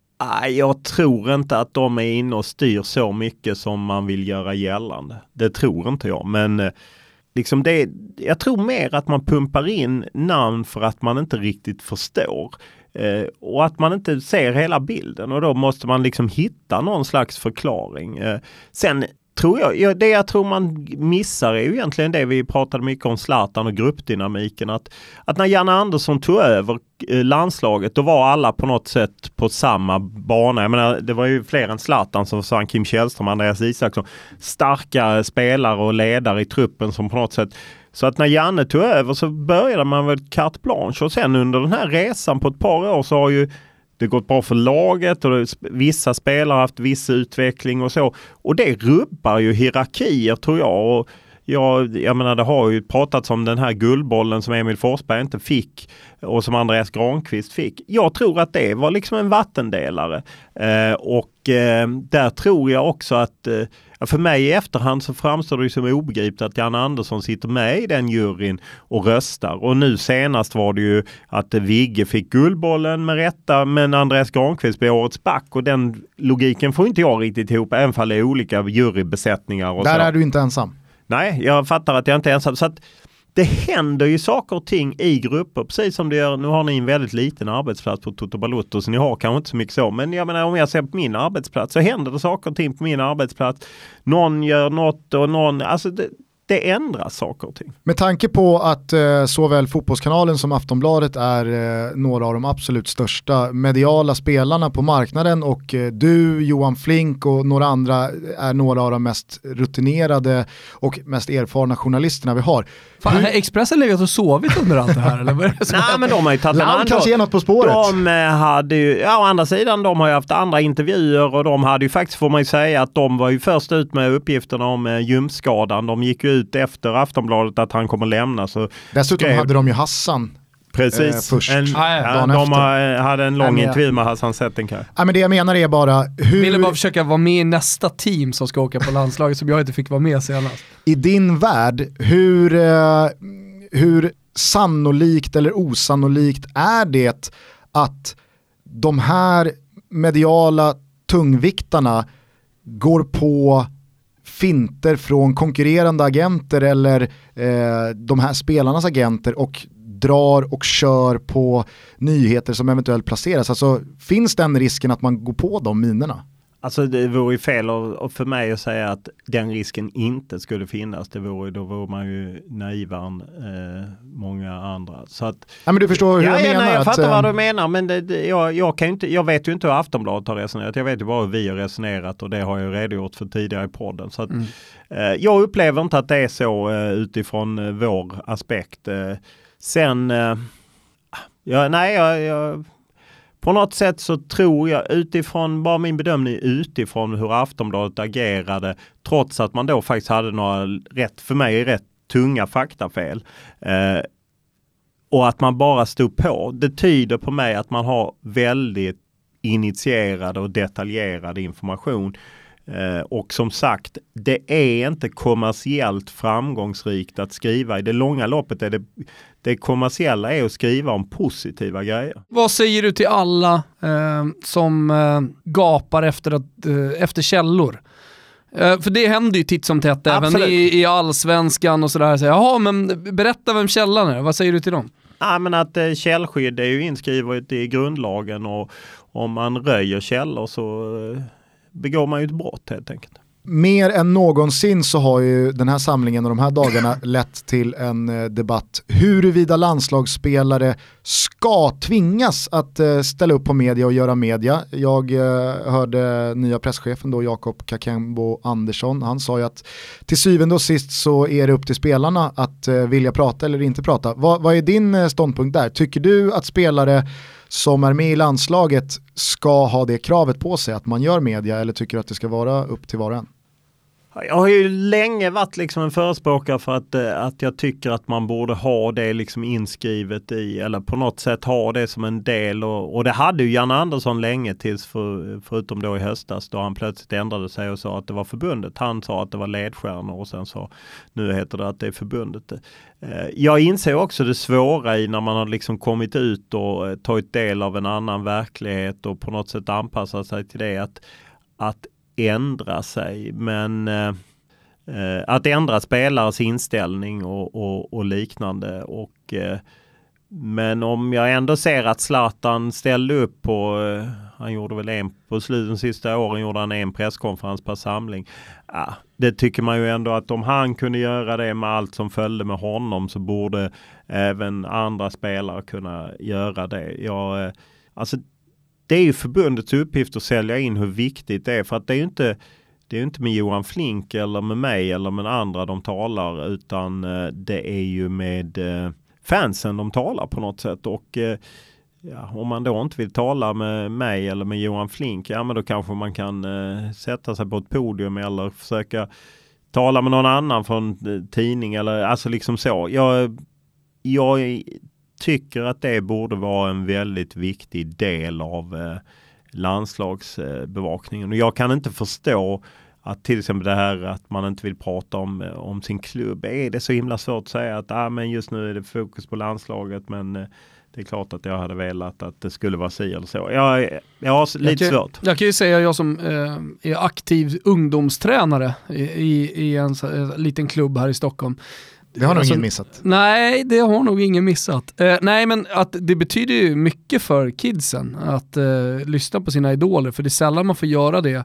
Jag tror inte att de är inne och styr så mycket som man vill göra gällande. Det tror inte jag, men liksom jag tror mer att man pumpar in namn för att man inte riktigt förstår. Och att man inte ser hela bilden, och då måste man liksom hitta någon slags förklaring. Sen tror jag tror man missar är ju egentligen det vi pratade mycket om, Zlatan och gruppdynamiken, att när Janne Andersson tog över landslaget, då var alla på något sätt på samma bana. Jag menar, det var ju fler än Zlatan som försvann, Kim Källström, Andreas Isaksson, starka spelare och ledare i truppen som på något sätt. Så att när Janne tog över så började man väl carte blanche, och sen under den här resan på ett par år så har ju det gått bra för laget, och vissa spelare har haft viss utveckling och så. Och det rubbar ju hierarkier, tror jag. Och Jag menar, det har ju pratats om den här guldbollen som Emil Forsberg inte fick och som Andreas Granqvist fick. Jag tror att det var liksom en vattendelare. Där tror jag också att för mig i efterhand så framstår det ju som obegripligt att Jan Andersson sitter med i den juryn och röstar. Och nu senast var det ju att Vigge fick guldbollen med rätta, men Andreas Granqvist blev årets back, och den logiken får inte jag riktigt ihop, även fall det är olika jurybesättningar. Och där så. är du inte ensam. Nej, jag fattar att jag inte är ensam. Så att det händer ju saker och ting i grupper, precis som det gör. Nu har ni en väldigt liten arbetsplats på Toto Balotto, så ni har kanske inte så mycket så. Men jag menar, om jag ser på min arbetsplats så händer det saker och ting på min arbetsplats. Någon gör något och någon... Alltså det ändras saker och ting. Med tanke på att såväl Fotbollskanalen som Aftonbladet är några av de absolut största mediala spelarna på marknaden, och du, Johan Flink och några andra är några av de mest rutinerade och mest erfarna journalisterna vi har. Fan, har Expressen legat och sovit under allt det här? Eller vad är det som Nej, men de har ju tagit en annan... kanske är något på spåret. De hade ju, å andra sidan, de har ju haft andra intervjuer, och de hade ju faktiskt, får man ju säga, att de var ju först ut med uppgifterna om ljumskadan. De gick ju ut efter Aftonbladet att han kommer lämna. Så dessutom hade de ju Hassan. Precis. Först. De hade en lång intervju med Hassan Settenkaj. Ja, men det jag menar är bara hur... ville bara försöka vara med i nästa team som ska åka på landslaget som jag inte fick vara med senast. I din värld, hur sannolikt eller osannolikt är det att de här mediala tungviktarna går på finter från konkurrerande agenter eller de här spelarnas agenter och drar och kör på nyheter som eventuellt placeras? Alltså, finns den risken att man går på de minerna? Alltså det vore ju fel för mig att säga att den risken inte skulle finnas. Då vore man ju naivare än många andra. Så att, ja, men du förstår hur jag menar. Jag fattar vad du menar, men jag vet ju inte hur Aftonbladet har resonerat. Jag vet ju bara hur vi har resonerat, och det har jag redogjort för tidigare i podden. Så att, jag upplever inte att det är så utifrån vår aspekt. På något sätt så tror jag, utifrån bara min bedömning utifrån hur Aftonbladet agerade, trots att man då faktiskt hade några för mig rätt tunga faktafel, och att man bara stod på, det tyder på mig att man har väldigt initierad och detaljerad information. Och som sagt, det är inte kommersiellt framgångsrikt att skriva. I det långa loppet är det kommersiella är att skriva om positiva grejer. Vad säger du till alla som gapar efter källor? För det händer ju titt som tätt även i allsvenskan och sådär. Så, jaha, men berätta vem källan är. Vad säger du till dem? Ja, men att källskydd är ju inskrivet i grundlagen, och om man röjer källor så begår man ju ett brott helt enkelt. Mer än någonsin så har ju den här samlingen och de här dagarna lett till en debatt huruvida landslagsspelare ska tvingas att ställa upp på media och göra media. Jag hörde nya presschefen då, Jakob Kakembo Andersson. Han sa ju att till syvende och sist så är det upp till spelarna att vilja prata eller inte prata. Vad är din ståndpunkt där? Tycker du att spelare som är med i landslaget ska ha det kravet på sig att man gör media, eller tycker du att det ska vara upp till var och en? Jag har ju länge varit liksom en förespråkare för att jag tycker att man borde ha det liksom inskrivet i, eller på något sätt ha det som en del, och det hade ju Jan Andersson länge tills förutom då i höstas då han plötsligt ändrade sig och sa att det var förbundet. Han sa att det var ledstjärnor, och sen så nu heter det att det är förbundet. Jag inser också det svåra i när man har liksom kommit ut och tagit del av en annan verklighet och på något sätt anpassa sig till det, att ändra sig, men att ändra spelares inställning och liknande, men om jag ändå ser att Zlatan ställde upp på, han gjorde väl på slutet de sista åren gjorde han en presskonferens per samling. Ja, det tycker man ju ändå att om han kunde göra det med allt som följde med honom, så borde även andra spelare kunna göra det. Alltså det är ju förbundets uppgift att sälja in hur viktigt det är, för att det är ju inte med Johan Flink eller med mig eller med andra de talar, utan det är ju med fansen de talar på något sätt, och om man då inte vill tala med mig eller med Johan Flink, ja men då kanske man kan sätta sig på ett podium eller försöka tala med någon annan från tidning eller alltså liksom så. Jag tycker att det borde vara en väldigt viktig del av landslagsbevakningen. Och jag kan inte förstå att till exempel det här att man inte vill prata om sin klubb. Är det så himla svårt att säga att men just nu är det fokus på landslaget, men det är klart att jag hade velat att det skulle vara si eller så. Jag har lite svårt. Jag kan ju säga jag som är aktiv ungdomstränare i en liten klubb här i Stockholm. Det har nog ingen missat. Nej, det har nog ingen missat. Nej, men att det betyder ju mycket för kidsen att lyssna på sina idoler, för det är sällan man får göra det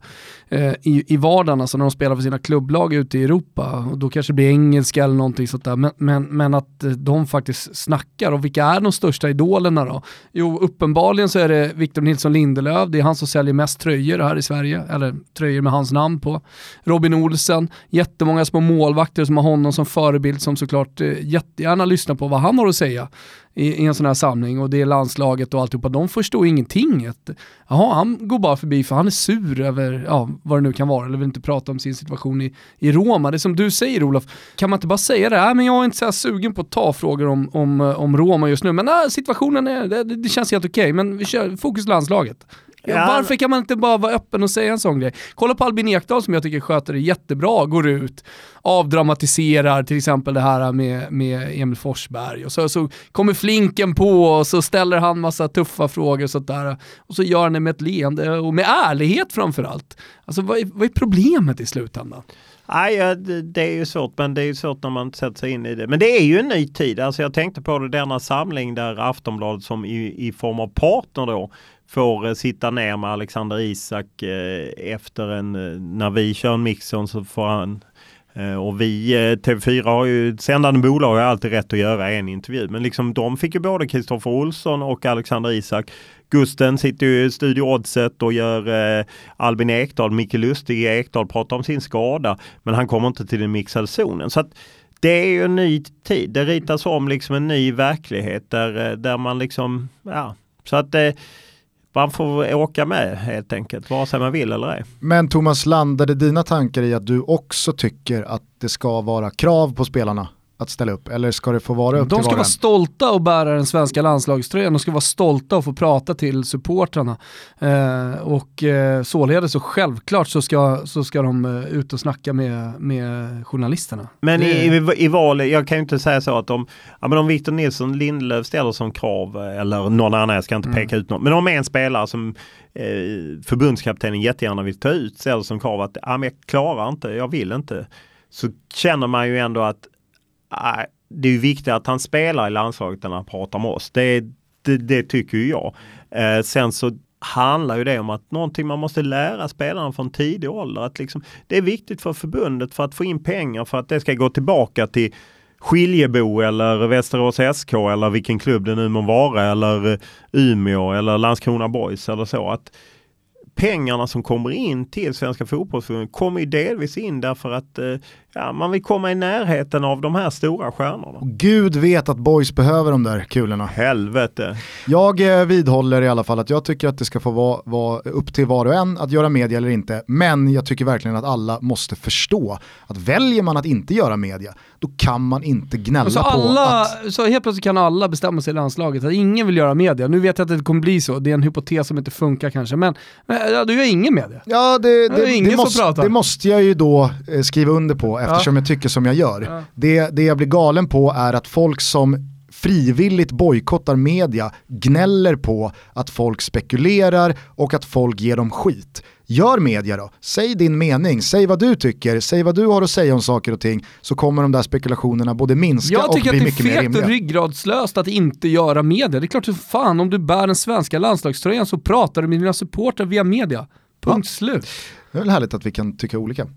i vardagen, alltså när de spelar för sina klubblag ute i Europa, och då kanske det blir engelska eller någonting sånt där, men att de faktiskt snackar. Och vilka är de största idolerna då? Jo, uppenbarligen så är det Victor Nilsson Lindelöf, det är han som säljer mest tröjor här i Sverige, eller tröjor med hans namn på. Robin Olsen, jättemånga små målvakter som har honom som förebild, som såklart jättegärna lyssnar på vad han har att säga i en sån här samling, och det är landslaget och alltihopa. De förstår ingenting. Jaha, han går bara förbi för han är sur över vad det nu kan vara, eller vill inte prata om sin situation i Roma. Det som du säger, Olof, kan man inte bara säga det? Men jag är inte så här sugen på att ta frågor om Roma just nu, men situationen det känns helt okej, men vi kör fokus landslaget. Varför kan man inte bara vara öppen och säga en sån grej? Kolla på Albin Ekdal som jag tycker sköter det jättebra, går ut, avdramatiserar till exempel det här med Emil Forsberg, och så kommer Flinken på och så ställer han massa tuffa frågor och sånt där, och så gör han det med ett leende och med ärlighet framförallt. Alltså vad är problemet i slutändan? Nej, det är ju svårt, men det är ju svårt när man sätter sig in i det. Men det är ju en ny tid. Alltså jag tänkte på det, denna samling där Aftonbladet som i form av partner då får sitta ner med Alexander Isak efter när vi kör en mixon, så får han och vi TV4 har ju, sändande bolag har alltid rätt att göra en intervju, men liksom de fick ju både Kristoffer Olsson och Alexander Isak. Gusten sitter ju i Studio Oddset och gör Albin Ekdal, Micke Lustig Ekdal pratar om sin skada, men han kommer inte till den mixade zonen. Så att det är ju en ny tid. Det ritas om liksom en ny verklighet där man liksom, så att man får åka med helt enkelt, vare sig man vill eller ej. Men Thomas, landade dina tankar i att du också tycker att det ska vara krav på spelarna att ställa upp, eller ska det få vara upp till var och en? De ska vara stolta och bära den svenska landslagströjan, de ska vara stolta och få prata till supportrarna, och således så självklart så ska de ut och snacka med journalisterna. Men i valet, jag kan ju inte säga så att om Victor Nilsson Lindelöf ställer som krav, eller någon annan, jag ska inte peka ut någon, men om en spelare som förbundskaptenen jättegärna vill ta ut ställer som krav att jag klarar inte, jag vill inte, så känner man ju ändå att det är ju viktigt att han spelar i landslaget när han pratar med oss. Det tycker ju jag. Sen så handlar ju det om att någonting man måste lära spelarna från tidig ålder. Att liksom, det är viktigt för förbundet för att få in pengar, för att det ska gå tillbaka till Skiljebo eller Västerås SK eller vilken klubb det nu må vara, eller Umeå eller Landskrona Boys eller så. Att pengarna som kommer in till Svenska fotbollsförbundet kommer ju delvis in därför att man vill komma i närheten av de här stora stjärnorna. Gud vet att boys behöver de där kulorna. Helvete. Jag vidhåller i alla fall att jag tycker att det ska få vara upp till var och en att göra media eller inte. Men jag tycker verkligen att alla måste förstå att väljer man att inte göra media, då kan man inte gnälla Så helt plötsligt kan alla bestämma sig i landslaget att ingen vill göra media. Nu vet jag att det kommer bli så. Det är en hypotes som inte funkar kanske. Men du gör ingen media. Ja, det måste jag ju då skriva under på eftersom jag tycker som jag gör. Ja. Det jag blir galen på är att folk som frivilligt bojkottar media gnäller på att folk spekulerar och att folk ger dem skit. Gör media då. Säg din mening. Säg vad du tycker. Säg vad du har att säga om saker och ting, så kommer de där spekulationerna både minska och bli mycket mer rimliga. Jag tycker att det är fegt och ryggradslöst att inte göra media. Det är klart att fan, om du bär den svenska landslagströjan så pratar du med dina supporter via media. Punkt slut. Det är väl härligt att vi kan tycka olika.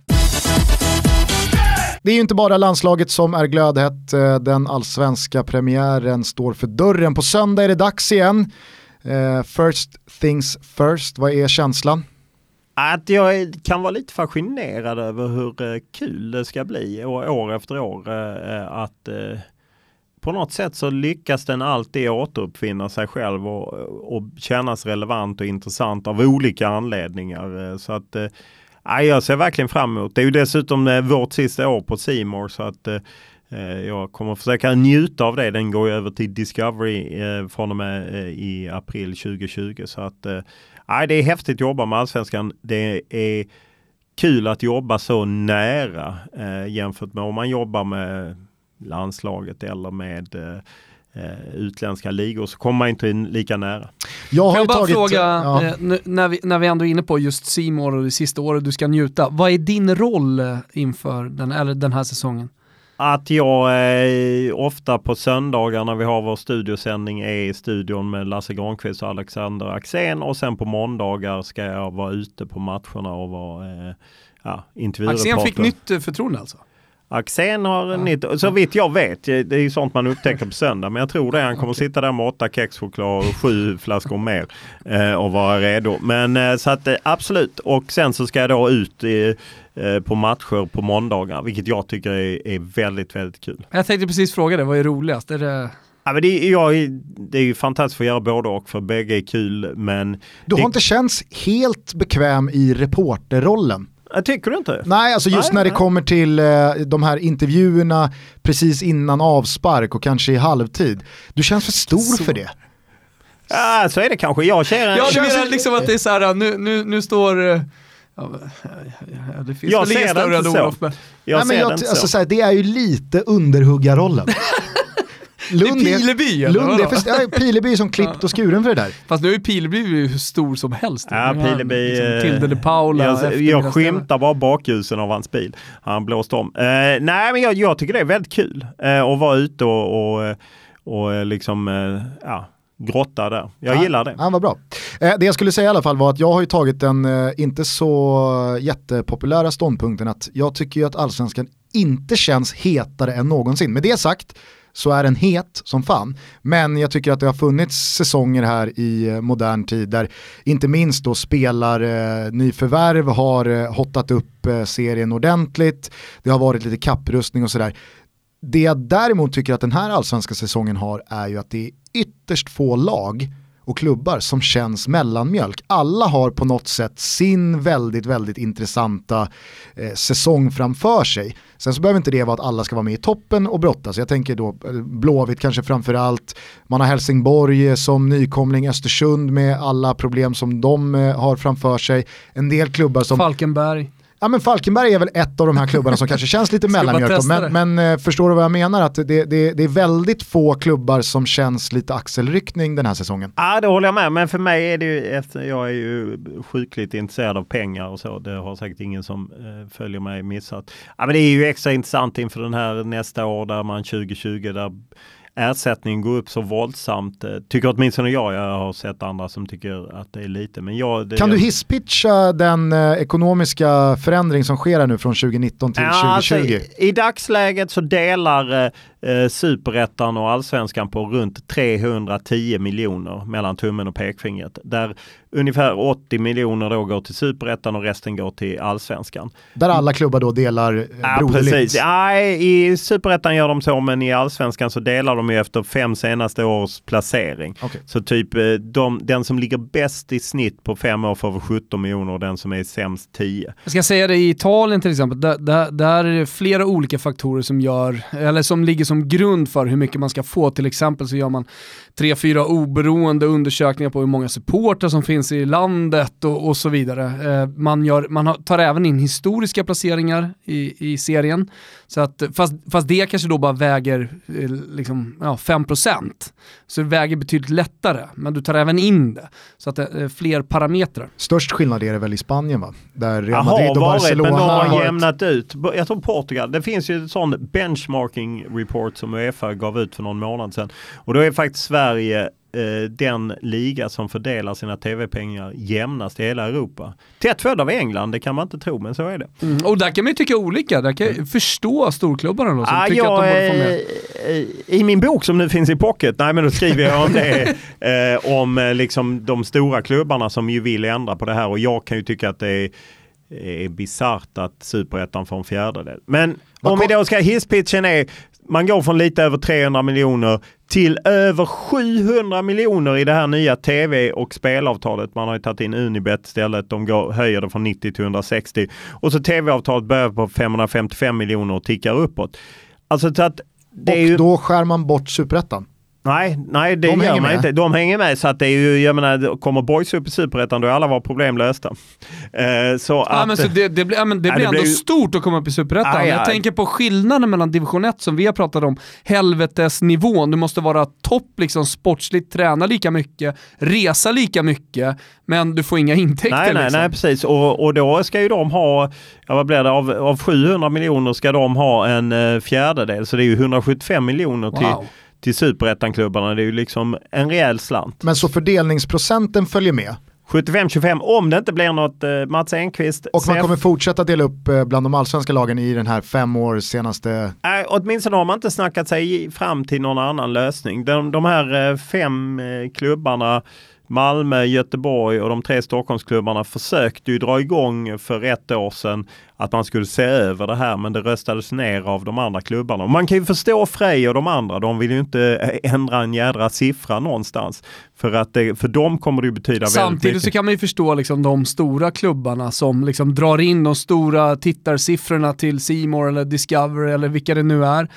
Det är ju inte bara landslaget som är glödhett. Den allsvenska premiären står för dörren. På söndag är det dags igen. First things first. Vad är känslan? Att jag kan vara lite fascinerad över hur kul det ska bli år efter år. Att på något sätt så lyckas den alltid återuppfinna sig själv och kännas relevant och intressant av olika anledningar. Så att Jag ser verkligen fram emot. Det är ju dessutom vårt sista år på C More, så att jag kommer försöka njuta av det. Den går ju över till Discovery från och med i april 2020. Så att det är häftigt att jobba med Allsvenskan. Det är kul att jobba så nära jämfört med om man jobbar med landslaget eller med utländska ligor, så kommer man inte in lika nära. Jag har bara fråga, när vi ändå är inne på just C More och det sista året du ska njuta, vad är din roll inför den här säsongen? Att jag ofta på söndagar när vi har vår studiosändning är i studion med Lasse Granqvist och Alexander Axén, och sen på måndagar ska jag vara ute på matcherna och vara intervjureporter. Axén fick nytt förtroende alltså? Axén har nytt, så vitt jag vet, det är ju sånt man upptäcker på söndag, men jag tror det, han kommer sitta där med 8 kexchoklad och 7 flaskor mer och vara redo. Men så att absolut, och sen så ska jag då ut på matcher på måndagar, vilket jag tycker är väldigt, väldigt kul. Jag tänkte precis fråga det, vad är roligast? Är det... Ja, men det är ju fantastiskt att göra både och, för bägge är kul, men... Du har inte känts helt bekväm i reporterrollen? Jag tycker du inte? Nej, alltså just när det kommer till de här intervjuerna precis innan avspark och kanske i halvtid. Du känns för stor för det. Ja, så är det kanske. Jag känner... Ja, det menar liksom att det är så här, nu står... det finns jag ser det inte så. Men det är ju lite underhuggarrollen. Pileby? Pileby som klippt och skuren för det där. Fast nu är ju Pileby hur stor som helst. Ja, Pileby... Liksom, Tilde de Paula. Jag skymtar bara bakljusen av hans bil. Han blåst om. Nej, men jag tycker det är väldigt kul att vara ute och liksom... grotta där. Jag gillar det. Ja, vad bra. Det jag skulle säga i alla fall var att jag har ju tagit den inte så jättepopulära ståndpunkten att jag tycker ju att Allsvenskan inte känns hetare än någonsin. Med det sagt så är den het som fan. Men jag tycker att det har funnits säsonger här i modern tid där inte minst då nyförvärv har hottat upp serien ordentligt. Det har varit lite kapprustning och sådär. Det jag däremot tycker att den här allsvenska säsongen har är ju att det är ytterst få lag och klubbar som känns mellanmjölk. Alla har på något sätt sin väldigt, väldigt intressanta säsong framför sig. Sen så behöver inte det vara att alla ska vara med i toppen och brottas. Jag tänker då Blåvitt kanske framförallt. Man har Helsingborg som nykomling, Östersund med alla problem som de har framför sig. En del klubbar som... Falkenberg. Ja, men Falkenberg är väl ett av de här klubbarna som kanske känns lite mellanmjölk. Men förstår du vad jag menar? Att det är väldigt få klubbar som känns lite axelryckning den här säsongen. Ja, det håller jag med. Men för mig är det ju, jag är ju sjukligt intresserad av pengar och så. Det har säkert ingen som följer mig missat. Ja, men det är ju extra intressant inför den här nästa år där man 2020 där ersättningen går upp så våldsamt. Tycker åtminstone jag har sett andra som tycker att det är lite. Men kan du hisspitcha den ekonomiska förändring som sker nu från 2019 till 2020? Alltså, i dagsläget så delar Superettan och Allsvenskan på runt 310 miljoner mellan tummen och pekfingret. Där ungefär 80 miljoner då går till Superettan och resten går till Allsvenskan. Där alla klubbar då delar broderligt? Precis. I Superettan gör de så, men i Allsvenskan så delar de ju efter 5 senaste års placering. Okay. Så typ den som ligger bäst i snitt på 5 år får 17 miljoner och den som är sämst 10. Jag ska säga det, i Italien till exempel, där är det flera olika faktorer som ligger som grund för hur mycket man ska få. Till exempel så gör man 3-4 oberoende undersökningar på hur många supportrar som finns i landet och så vidare. Man tar även in historiska placeringar i serien. Så att, fast det kanske då bara väger 5%. Så det väger betydligt lättare. Men du tar även in det. Så att det är fler parametrar. Störst skillnad är det väl i Spanien, va? Där Real Madrid och Barcelona men de har jämnat ut. Jag tror Portugal. Det finns ju en sån benchmarking report som UEFA gav ut för någon månad sedan. Och då är faktiskt Sverige den liga som fördelar sina tv-pengar jämnast i hela Europa. Tätt följd av England, det kan man inte tro, men så är det. Och där kan man ju tycka olika. Där kan jag förstå storklubbarna då, som tycker att de borde få med. I min bok som nu finns i pocket, då skriver jag om det om liksom de stora klubbarna som ju vill ändra på det här, och jag kan ju tycka att det är bizarrt att Superettan får en fjärdedel. Men om vi då ska hisspitchen är man går från lite över 300 miljoner till över 700 miljoner i det här nya tv- och spelavtalet. Man har ju tagit in Unibet istället. De höjer det från 90 till 160. Och så tv-avtalet börjar på 555 miljoner och tickar uppåt. Alltså så att det är ju... då skär man bort Superettan. Nej, det gör man inte. De hänger med, så att det är ju, jag menar, kommer Boys upp i Superettan, då är alla våra problem lösta. Det blir ändå stort att komma upp i Superettan. Jag tänker på skillnaden mellan division 1 som vi har pratat om, helvetesnivån. Du måste vara topp, liksom sportsligt, träna lika mycket, resa lika mycket, men du får inga intäkter. Nej, precis. Och då ska ju de ha, vad blir det, av 700 miljoner ska de ha en fjärdedel, så det är ju 175 miljoner till Superettan-klubbarna. Det är ju liksom en rejäl slant. Men så fördelningsprocenten följer med? 75-25 om det inte blir något Mats Enqvist. Och man kommer fortsätta dela upp bland de allsvenska lagen i den här 5 år senaste... Nej, åtminstone har man inte snackat sig fram till någon annan lösning. De här 5 klubbarna, Malmö, Göteborg och de 3 Stockholmsklubbarna, försökte ju dra igång för 1 år sedan att man skulle se över det här, men det röstades ner av de andra klubbarna. Och man kan ju förstå Frej och de andra, de vill ju inte ändra en jädra siffra någonstans. För dem kommer det ju betyda väldigt mycket. Samtidigt så kan man ju förstå liksom de stora klubbarna som liksom drar in de stora tittarsiffrorna till C More eller Discovery eller vilka det nu är.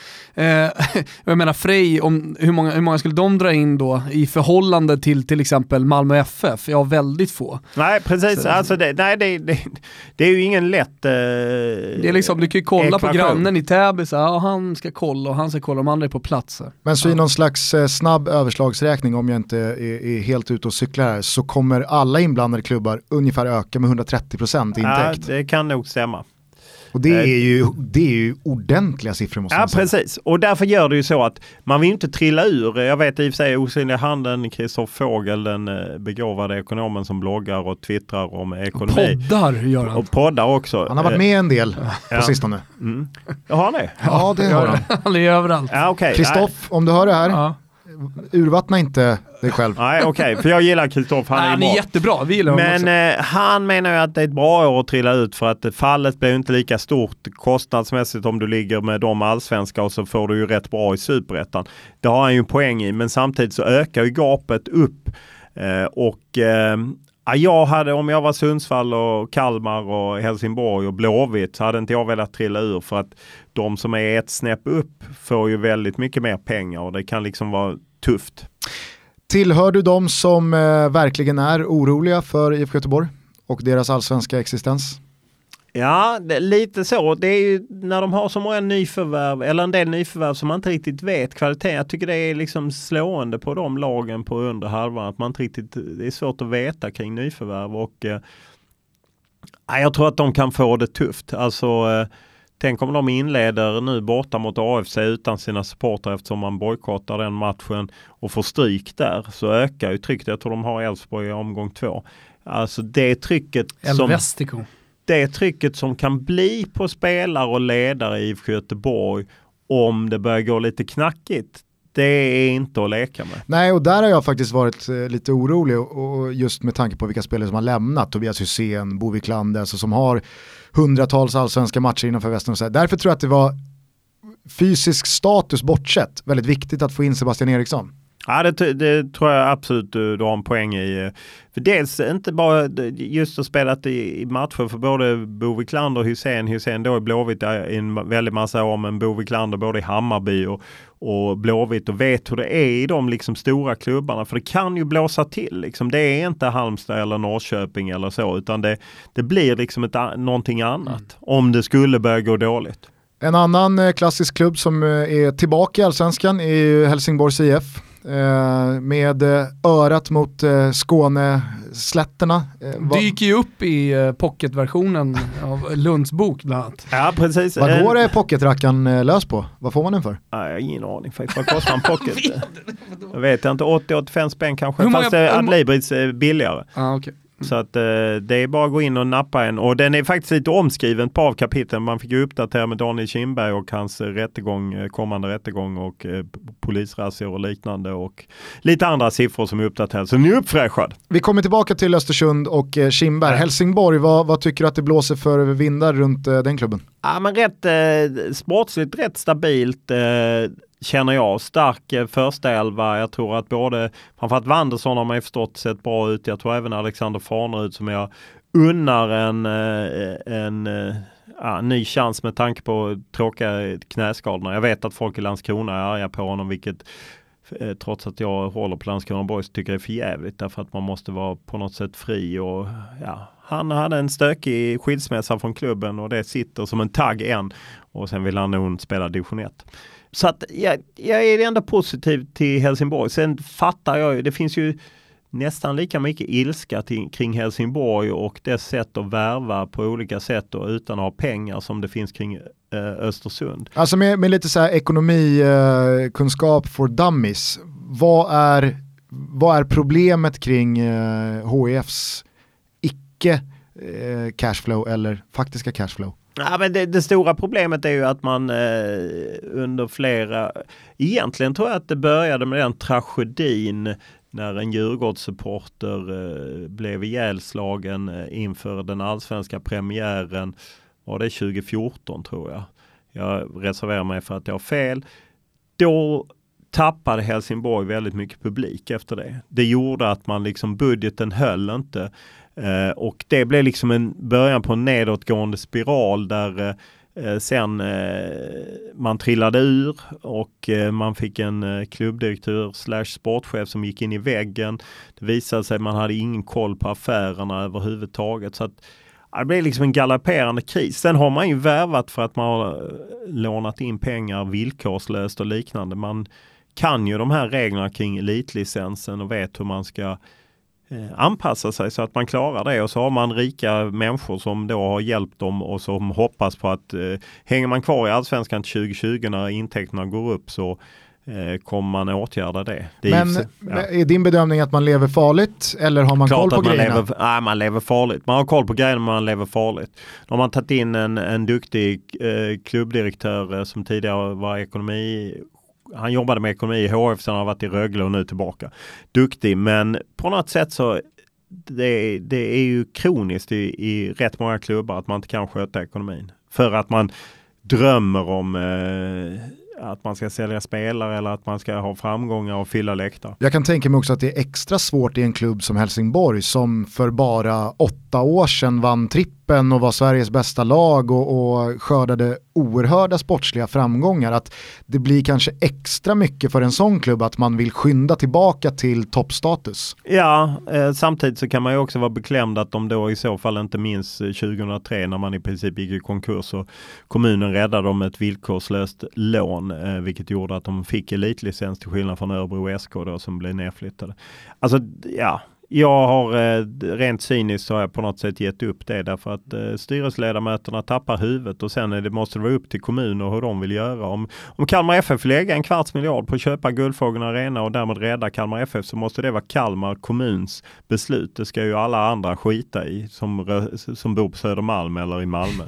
Jag menar Frej, hur många skulle de dra in då i förhållande till exempel Malmö FF? Ja, väldigt få. Nej, precis. Så, alltså det är ju ingen lätt det är liksom, du kan ju kolla ekvation på grannen i Täby, så han ska kolla och han ska kolla, de andra är på plats. Men så i någon slags snabb överslagsräkning, om jag inte är helt ute och cyklar här, så kommer alla inblandade klubbar ungefär öka med 130% intäkt. Ja, det kan nog stämma. Och det är ju ordentliga siffror, måste man säga. Precis. Och därför gör det ju så att man vill inte trilla ur. Jag vet i och för sig osynliga handen, Kristoffer Fågel, den begåvade ekonomen som bloggar och twittrar om ekonomi. Poddar gör han. Och poddar också. Han har varit med en del på sistone. Mm. Har han det? Ja, det har han. Han är överallt. Ja, okay. Kristoffer, om du hör det här, urvattna inte dig själv. Nej, okej. För jag gillar Kristoffer. Han är jättebra. Vi gillar honom också. Men han menar ju att det är ett bra år att trilla ut, för att fallet blir inte lika stort kostnadsmässigt om du ligger med de allsvenska, och så får du ju rätt bra i Superettan. Det har han ju en poäng i, men samtidigt så ökar ju gapet upp. Jag hade, om jag var Sundsvall och Kalmar och Helsingborg och Blåvitt, så hade inte jag velat trilla ur, för att de som är ett snäpp upp får ju väldigt mycket mer pengar, och det kan liksom vara tufft. Tillhör du de som verkligen är oroliga för IFK Göteborg och deras allsvenska existens? Ja, lite så. Det är ju när de har så många nyförvärv, eller en del nyförvärv som man inte riktigt vet kvaliteten. Jag tycker det är liksom slående på de lagen på under halvan, att man inte riktigt, det är svårt att veta kring nyförvärv, och jag tror att de kan få det tufft. Alltså, tänk om de inleder nu borta mot AFC utan sina supportrar, eftersom man bojkottar den matchen och får stryk där, så ökar ju trycket. Jag tror de har Elfsborg i omgång 2. Alltså det trycket som kan bli på spelare och ledare i IFK Göteborg om det börjar gå lite knackigt, det är inte att leka med. Nej, och där har jag faktiskt varit lite orolig, och just med tanke på vilka spelare som har lämnat. Tobias Hysén, Bo Wiklander, alltså som har hundratals allsvenska matcher innanför västen och så här. Därför tror jag att det var fysisk status bortsett väldigt viktigt att få in Sebastian Eriksson. Ja, det tror jag absolut du har en poäng i. För dels inte bara just att spela i matcher för både Bo Wiklander och Hysén då i Blåvitt i en väldigt massa år, men Bo Wiklander både i Hammarby och Blåvitt, och vet hur det är i de liksom stora klubbarna, för det kan ju blåsa till liksom. Det är inte Halmstad eller Norrköping eller så, utan det blir liksom någonting annat om det skulle börja gå dåligt. En annan klassisk klubb som är tillbaka i allsvenskan är ju Helsingborgs IF. Med örat mot Skåneslätterna. Dyker ju upp i pocketversionen av Lunds bok bland annat. Ja, precis. Vad går det pocketrackan lös på? Vad får man den för? Jag har ingen aning faktiskt. Vad kostar en pocket? Jag vet inte, 80-85 spänn kanske. Fast Adlibrids är billigare. Okay. Så att det är bara att gå in och nappa en. Och den är faktiskt lite omskriven på av kapiteln. Man fick ju uppdatera med Daniel Kindberg och hans kommande rättegång och polisrazzior och liknande, och lite andra siffror som är uppdaterade. Så nu är uppfräschad. Vi kommer tillbaka till Östersund och Kindberg. Ja. Helsingborg, vad tycker du att det blåser för vindar runt den klubben? Ja, men rätt sportsligt, rätt stabilt. känner jag, stark första elva. Jag tror att framförallt Wanderson har man ju förstått sett bra ut. Jag tror även Alexander Farnerud som jag unnar en ny chans med tanke på tråkiga knäskadorna. Jag vet att folk i Landskrona är arga på honom, vilket trots att jag håller på Landskrona Boys tycker jag är för jävligt, därför att man måste vara på något sätt fri och han hade en stökig skilsmässa från klubben och det sitter som en tagg än och sen vill han nog spela division 1. Så att jag är ändå positiv till Helsingborg. Sen fattar jag ju, det finns ju nästan lika mycket ilska kring Helsingborg och dess sätt att värva på olika sätt och utan att ha pengar som det finns kring Östersund. Alltså med lite så här ekonomikunskap for dummies, vad är problemet kring HIFs icke cashflow eller faktiska cashflow? Ja, men det stora problemet är ju att man egentligen tror jag att det började med den tragedin när en Djurgårdssupporter blev ihjälslagen inför den allsvenska premiären. Var det 2014 tror jag. Jag reserverar mig för att jag har fel. Då tappade Helsingborg väldigt mycket publik efter det. Det gjorde att man liksom, budgeten höll inte. Och det blev liksom en början på en nedåtgående spiral där sen man trillade ur och man fick en klubbdirektör / sportchef som gick in i väggen. Det visade sig att man hade ingen koll på affärerna överhuvudtaget. Så att det blev liksom en galopperande kris. Sen har man ju värvat för att man har lånat in pengar villkorslöst och liknande. Man kan ju de här reglerna kring elitlicensen och vet hur man ska anpassa sig så att man klarar det, och så har man rika människor som då har hjälpt dem och som hoppas på att hänger man kvar i Allsvenskan 2020 när intäkterna går upp så kommer man åtgärda det. Är din bedömning att man lever farligt eller har man koll på grejerna? Nej, man lever farligt. Man har koll på grejerna, men man lever farligt. Då har man tagit in en duktig klubbdirektör som tidigare var han jobbade med ekonomi i HF, sen har varit i Rögle och nu tillbaka. Duktig, men på något sätt så det är ju kroniskt i rätt många klubbar att man inte kan sköta ekonomin. För att man drömmer om att man ska sälja spelare eller att man ska ha framgångar och fylla läktare. Jag kan tänka mig också att det är extra svårt i en klubb som Helsingborg som för bara 8 år sedan vann trippen och var Sveriges bästa lag och skördade oerhörda sportsliga framgångar, att det blir kanske extra mycket för en sån klubb att man vill skynda tillbaka till toppstatus. Ja, samtidigt så kan man ju också vara beklämd att de då i så fall inte minns 2003 när man i princip gick i konkurs och kommunen räddade dem ett villkorslöst lån, vilket gjorde att de fick elitlicens till skillnad från Örebro SK då, som blev nedflyttade. Alltså ja, jag har rent cyniskt så har jag på något sätt gett upp det, därför att styrelseledamöterna tappar huvudet och sen måste det vara upp till kommuner hur de vill göra. Om Kalmar FF lägger 250 miljoner på att köpa Guldfågeln Arena och därmed rädda Kalmar FF, så måste det vara Kalmar kommuns beslut. Det ska ju alla andra skita i som bor på Södermalm eller i Malmö.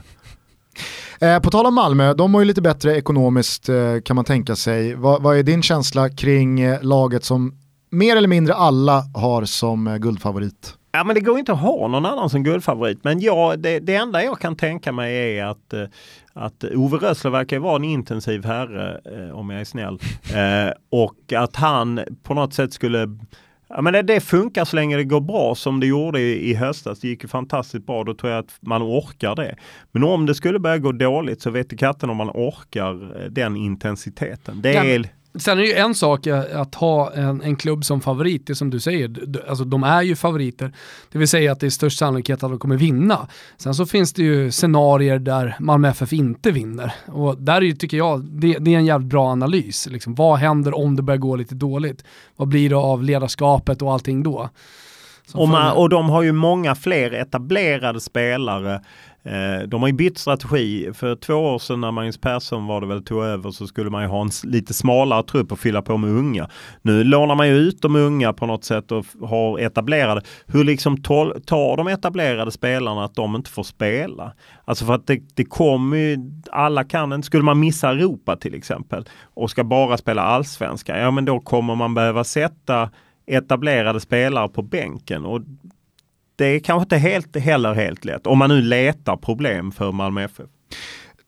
På tal om Malmö, de har ju lite bättre ekonomiskt kan man tänka sig. Vad är din känsla kring laget som mer eller mindre alla har som guldfavorit? Ja, men det går inte att ha någon annan som guldfavorit. Men det enda jag kan tänka mig är att Ove Rössler verkar vara en intensiv herre, om jag är snäll. Och att han på något sätt skulle... Ja, men det funkar så länge det går bra som det gjorde i höstas. Det gick ju fantastiskt bra, då tror jag att man orkar det. Men om det skulle börja gå dåligt så vet katten om man orkar den intensiteten. Sen är det ju en sak att ha en klubb som favorit, det som du säger, alltså de är ju favoriter, det vill säga att det är störst sannolikhet att de kommer vinna. Sen så finns det ju scenarier där Malmö FF inte vinner, och där är ju, tycker jag, det är en jävligt bra analys. Liksom, vad händer om det börjar gå lite dåligt? Vad blir det av ledarskapet och allting då? Och de har ju många fler etablerade spelare. De har ju bytt strategi. För 2 år sedan när Magnus Persson var det väl tog över, så skulle man ju ha en lite smalare trupp och fylla på med unga. Nu lånar man ju ut de unga på något sätt och har etablerade. Hur liksom tar de etablerade spelarna att de inte får spela? Alltså för att det kommer ju, alla kan inte. Skulle man missa Europa till exempel och ska bara spela allsvenska, ja men då kommer man behöva sätta etablerade spelare på bänken, och det är kanske inte helt lätt om man nu letar problem för Malmö FF.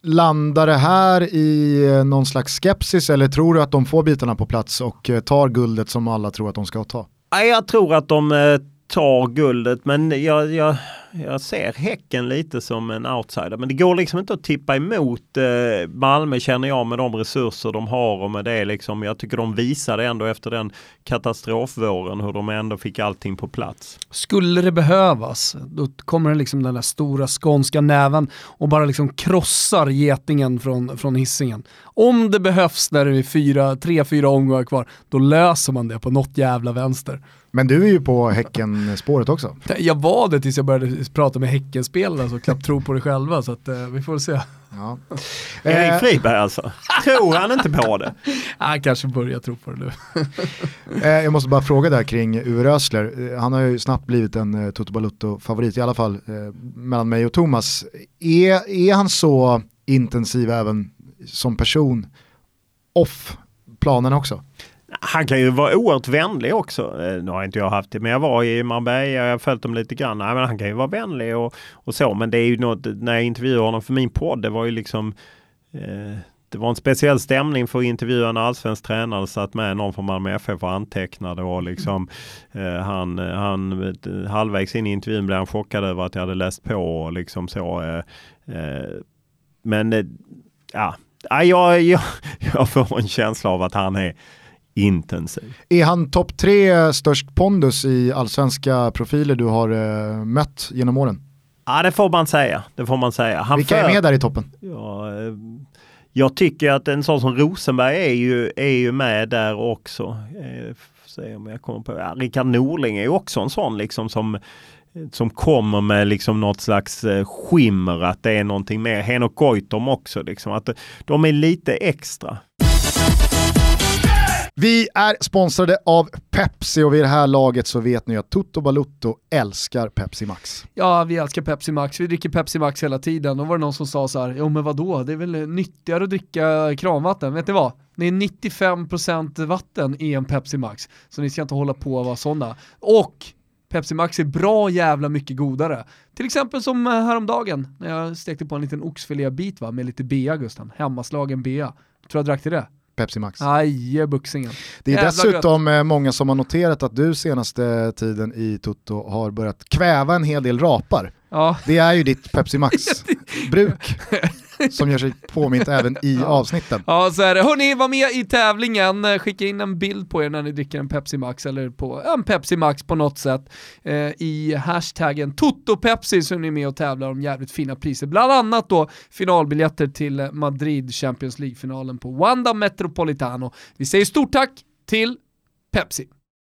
Landar det här i någon slags skepsis eller tror du att de får bitarna på plats och tar guldet som alla tror att de ska ta? Jag tror att de tar guldet, men jag ser Häcken lite som en outsider. Men det går liksom inte att tippa emot Malmö, känner jag, med de resurser de har och med det liksom. Jag tycker de visade ändå efter den katastrofvåren hur de ändå fick allting på plats. Skulle det behövas, då kommer det liksom den där stora skånska näven och bara liksom krossar getingen från Hisingen. Om det behövs när det är 3-4 omgångar kvar, då löser man det på något jävla vänster. Men du är ju på Häcken-spåret också. Jag var det tills jag började prata med Häcken-spelarna så knappt tror på det själva, så att vi får se. Ja. Erik Friberg alltså. Tror han inte på det? Han kanske börjar tro på det nu. Jag måste bara fråga där kring Uwe Rösler. Han har ju snabbt blivit en Toto Balutto-favorit, i alla fall mellan mig och Thomas. Är han så intensiv även som person off planen också? Han kan ju vara oerhört vänlig också. Nu har inte jag haft det, men jag var i Marbella och jag har följt dem lite grann. Nej, men han kan ju vara vänlig och så, men det är ju något, när jag intervjuade honom för min podd, det var ju liksom det var en speciell stämning för att intervjua en allsvensk tränare, satt med någon från Malmö FF och antecknade och liksom han halvvägs in i intervjun blev han chockad över att jag hade läst på och liksom så men jag får en känsla av att han är intensiv. Är han topp 3 störst pondus i allsvenska profiler du har mött genom åren? Ja, det får man säga. Vilka är med där i toppen? Ja, jag tycker att en sån som Rosenberg är ju med där också. Se om jag kommer på. Ja, Rickard Norling är ju också en sån liksom som kommer med liksom något slags skimmer att det är någonting mer. Henok Goitom också liksom, att de är lite extra. Vi är sponsrade av Pepsi och vid det här laget så vet ni att Toto Balutto älskar Pepsi Max. Ja, vi älskar Pepsi Max. Vi dricker Pepsi Max hela tiden. Och var det någon som sa så här, jo men vadå? Det är väl nyttigare att dricka kranvatten. Vet ni vad? Det är 95% vatten i en Pepsi Max. Så ni ska inte hålla på att vara sådana. Och Pepsi Max är bra jävla mycket godare. Till exempel som häromdagen när jag stekte på en liten oxfilébit med lite bea, Gusten. Hemmaslagen bea. Tror jag drack till det. Pepsi Max. Aj, buxingen. Det är jävla dessutom gött. Många som har noterat att du senaste tiden i Toto har börjat kväva en hel del rapar. Ja. Det är ju ditt Pepsi Max-bruk som gör sig påmint även i avsnitten. Ja, så är det. Hörrni, var med i tävlingen. Skicka in en bild på er när ni dricker en Pepsi Max eller på en Pepsi Max på något sätt. I hashtaggen TotoPepsi så är ni med och tävlar om jävligt fina priser. Bland annat då finalbiljetter till Madrid Champions League-finalen på Wanda Metropolitano. Vi säger stort tack till Pepsi.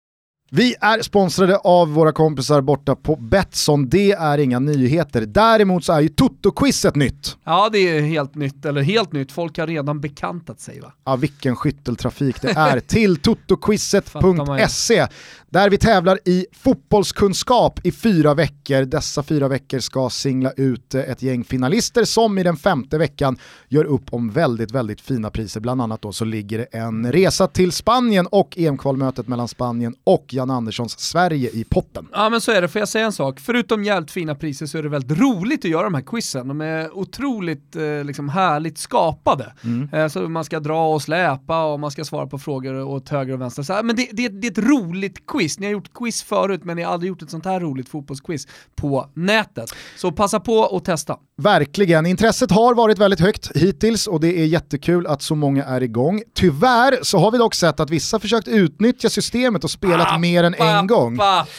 Vi är sponsrade av våra kompisar borta på Betsson. Det är inga nyheter. Däremot så är ju Toto-quizet nytt. Ja, det är helt nytt. Eller helt nytt. Folk har redan bekantat sig, va? Ja, vilken skytteltrafik det är till totoquizet.se. Där vi tävlar i fotbollskunskap i 4 veckor. Dessa 4 veckor ska singla ut ett gäng finalister som i den 5:e veckan gör upp om väldigt, väldigt fina priser. Bland annat då så ligger det en resa till Spanien och EM-kvalmötet mellan Spanien och Jan Anderssons Sverige i potten. Ja, men så är det. Får jag säga en sak? Förutom jävligt fina priser så är det väldigt roligt att göra de här quizen. De är otroligt liksom härligt skapade. Så man ska dra och släpa och man ska svara på frågor åt höger och vänster. Så här, men det är ett roligt quiz. Ni har gjort quiz förut, men ni har aldrig gjort ett sånt här roligt fotbollsquiz på nätet. Så passa på och testa. Verkligen. Intresset har varit väldigt högt hittills och det är jättekul att så många är igång. Tyvärr så har vi dock sett att vissa försökt utnyttja systemet och spelat mer än en gång.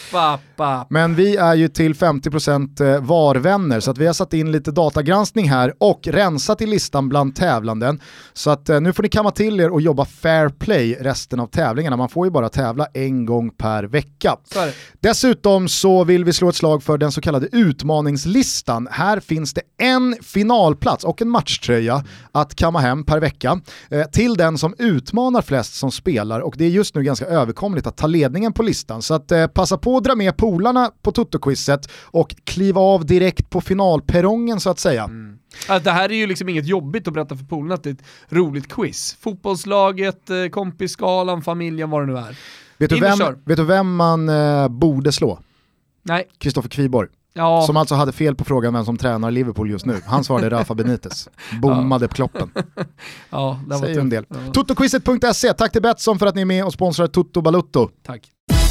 Men vi är ju till 50% varvänner så att vi har satt in lite datagranskning här och rensat i listan bland tävlanden. Så att nu får ni kamma till er och jobba fair play resten av tävlingarna. Man får ju bara tävla en gång per vecka. Dessutom så vill vi slå ett slag för den så kallade utmaningslistan. Här finns det en finalplats och en matchtröja att kamma hem per vecka till den som utmanar flest som spelar, och det är just nu ganska överkomligt att ta ledningen på listan. Så att passa på att dra med polarna på Toto-quizet och kliva av direkt på finalperrongen så att säga. Det här är ju liksom inget jobbigt att berätta för polarna att det är ett roligt quiz. Fotbollslaget, kompisskalan, familjen, vad det nu är. Vet du vem man borde slå? Nej. Kristoffer Kviborg. Som alltså hade fel på frågan vem som tränar Liverpool just nu. Han svarade Rafa Benitez. Bommade kloppen. Ja, det var säger en del. Ja. Totoquizet.se. Tack till Betsson för att ni är med och sponsrar Toto Balutto. Tack.